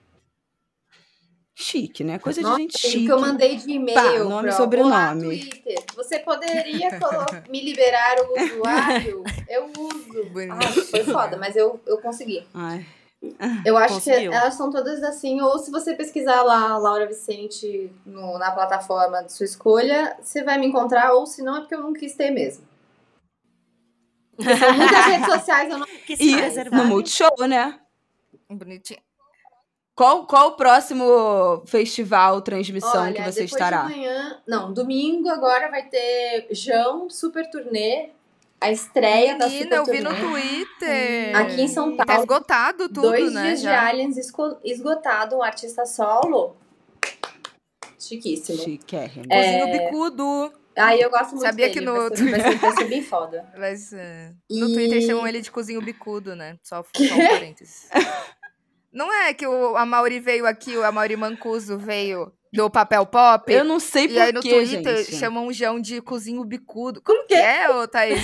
Chique, né? Coisa de Nossa, gente o chique. que eu mandei de e-mail Pá, nome e pro sobrenome. Olá, Twitter. Você poderia colo- me liberar o usuário? Eu uso. Bonito. Ai, foi foda, mas eu, eu consegui. Ai. Eu acho Conseguiu. que elas são todas assim, ou se você pesquisar lá Laura Vicente no- na plataforma de sua escolha, você vai me encontrar, ou se não é porque eu não quis ter mesmo. Porque são muitas redes sociais, eu não Que E se preservar. no Multishow, né? Bonitinho. Qual, qual o próximo festival, transmissão Olha, que você depois estará? de amanhã... Não, domingo agora vai ter João Super Turnê. A estreia da Super Menina, eu vi Turnê. no Twitter. Aqui em São E tá Paulo. esgotado tudo, Dois né? dias de já. Aliens esco- esgotado, um artista solo. Chiquíssimo. Chiquérrimo. Cozinho bicudo. Aí eu gosto muito Sabia dele. que no vai, ser, vai, ser, vai ser bem foda. Mas, é, no E- Twitter chamam ele de cozinho bicudo, né? Só, só um parênteses. Não é que o Amaury veio aqui, o Amaury Mancuso veio do Papel Pop. Eu não sei E aí no por quê, Twitter gente. chamam o João de cozinho bicudo. Como que é, ô Thaís?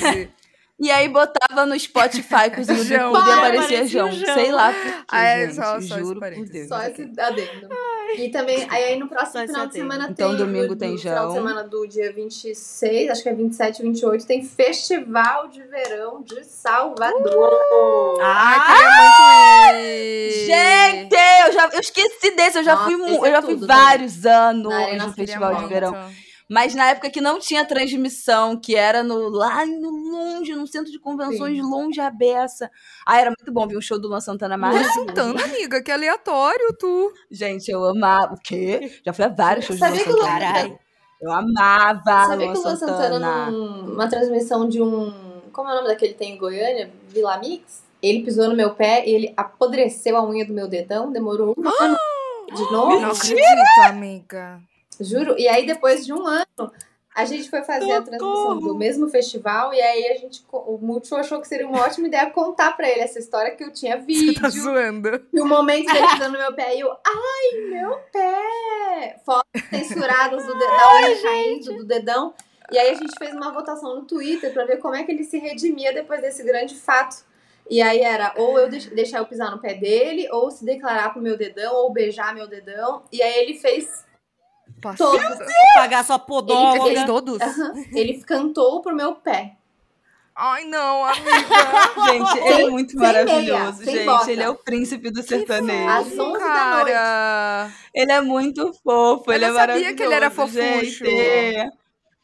E aí botava no Spotify cozinho João. bicudo e Ai, aparecia aparecia João. o João. Sei lá por quê, Ah, é gente. só- só esse juro por parênteses. Deus. Só esse adendo. E também, aí, aí no Só próximo esse final de adendo. semana Então, tem. domingo do, tem do final de João. semana do dia vinte e seis, acho que é vinte e sete, vinte e oito, tem Festival de Verão de Salvador. Ai, Ah, queria muito ir. Gente, eu já eu esqueci desse, eu já Nossa, fui mu- esse eu é já fui tudo vários anos Na Arena no Queria Festival de muito. Verão. Mas na época que não tinha transmissão, que era no, lá no longe, no centro de convenções, Sim. longe a beça. Ah, era muito bom ver o show do Luan Santana Luan maravilhoso. Santana, amiga, que aleatório, tu. Gente, eu amava. O quê? Já fui a vários shows Sabia do que Luan o Luan Santana. Caralho. Eu amava Sabia Luan que o Luan Santana. Santana, numa transmissão de um. Como é o nome daquele que tem em Goiânia? Vila Mix? Ele pisou no meu pé e ele apodreceu a unha do meu dedão, demorou um ano de novo. Não acredito, amiga. Juro. E aí, depois de um ano, a gente foi fazer a transmissão do mesmo festival. E aí, a gente, o Multishow achou que seria uma ótima ideia contar pra ele essa história, que eu tinha Você vídeo. tá zoando. E o momento dele pisando no meu pé. E eu, ai, meu pé! Fotos censuradas do dedão, da unha caindo, do dedão. E aí, a gente fez uma votação no Twitter pra ver como é que ele se redimia depois desse grande fato. E aí era ou eu deix- deixar eu pisar no pé dele, ou se declarar pro meu dedão, ou beijar meu dedão. E aí ele fez todos. Pagar sua Você podóloga. fez todos? Ele cantou pro meu pé. Ai, não, amiga. Gente, ele é muito sem maravilhoso, meia, sem gente. bota. Ele é o príncipe do sertanejo. Às onze da noite. Cara. Ele é muito fofo, Eu ele não é sabia maravilhoso. que ele era fofucho. gente.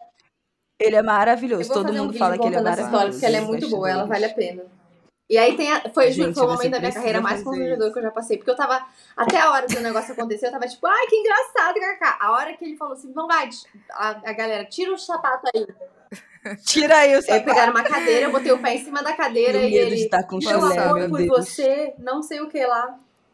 Ele é Eu maravilhoso. vou Todo fazer um mundo vídeo fala que ele é contando essa maravilhoso. história, porque ela é nos muito boa, ela vale bastidores. a pena. E aí tem a, foi, juro, Gente, foi o você momento da minha precisa carreira mais fazer constrangedor isso. que eu já passei. Porque eu tava, até a hora do negócio acontecer, eu tava tipo, ai, que engraçado, Cacá. A hora que ele falou assim, não vai, a, a galera, tira o sapato aí. Tira aí o Aí sapato. pegaram uma cadeira, eu botei o pé em cima da cadeira E o e medo ele, de estar com meu chulé, amor, meu por Deus. você, não sei o que lá.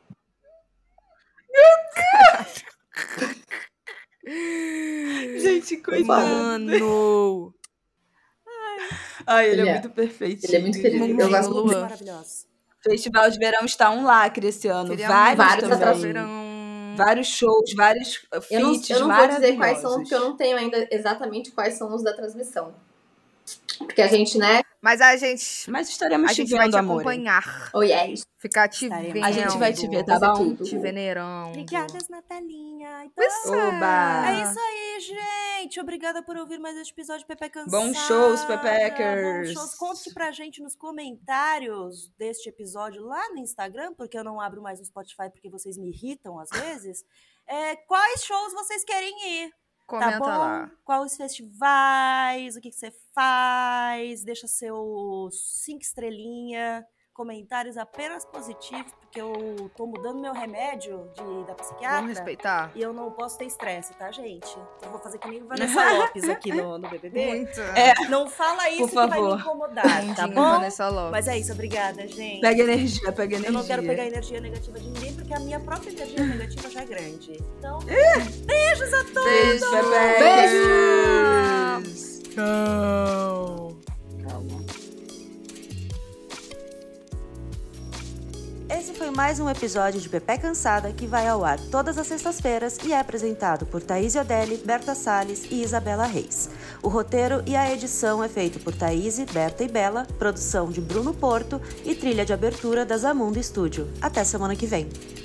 Gente, coitado. Mano. Ai, ele, Ele é, é. muito perfeito. Ele é muito querido. Mundinho, Eu gosto muito Luan. dele. Maravilhosa. Festival de Verão está um lacre esse ano. Queria Vários, muito vários ir pra também. verão. Vários shows, vários uh, Eu não, feats eu não vou dizer quais maravilhosos. são, porque eu não tenho ainda exatamente quais são os da transmissão. Porque a gente, né? Mas a gente, Mas estaremos a te gente vai vendo, te amor. acompanhar. Oh, yes. Ficar te Estaremos. vendo. A gente vai te ver, tá Vai ser bom? tudo. Te venerando. Obrigadas, Natalinha. Então, Oba! é isso aí, gente. Obrigada por ouvir mais este episódio de Pepe Cansada. Bons shows, Pepeckers. Bons shows. Conte pra gente nos comentários deste episódio lá no Instagram, porque eu não abro mais no Spotify porque vocês me irritam às vezes. É, quais shows vocês querem ir? Comenta Tá bom? lá. Quais festivais? O que, que você faz? Deixa seu cinco estrelinha. Comentários apenas positivos, porque eu tô mudando meu remédio de, da psiquiatra. Vamos respeitar. E eu não posso ter estresse, tá, gente? Eu vou fazer que nem Vanessa Lopes aqui no, no B B B. Muito. É, Não fala isso Por que vai me favor. incomodar, tá Mundinho, bom? Vanessa Lopes. Mas é isso, obrigada, gente. pega energia, pega energia. Eu não quero pegar energia negativa de ninguém, porque a minha própria energia negativa já é grande. Então, Beijo, Beijo. Pepeckers. Tchau. esse foi mais um episódio de Pepe Cansada, que vai ao ar todas as sextas-feiras e é apresentado por Thaís Odelli, Berta Salles e Isabela Reis. O roteiro e a edição é feito por Thaís, Berta e Bela, produção de Bruno Porto e trilha de abertura da Zamundo Studio. Até semana que vem.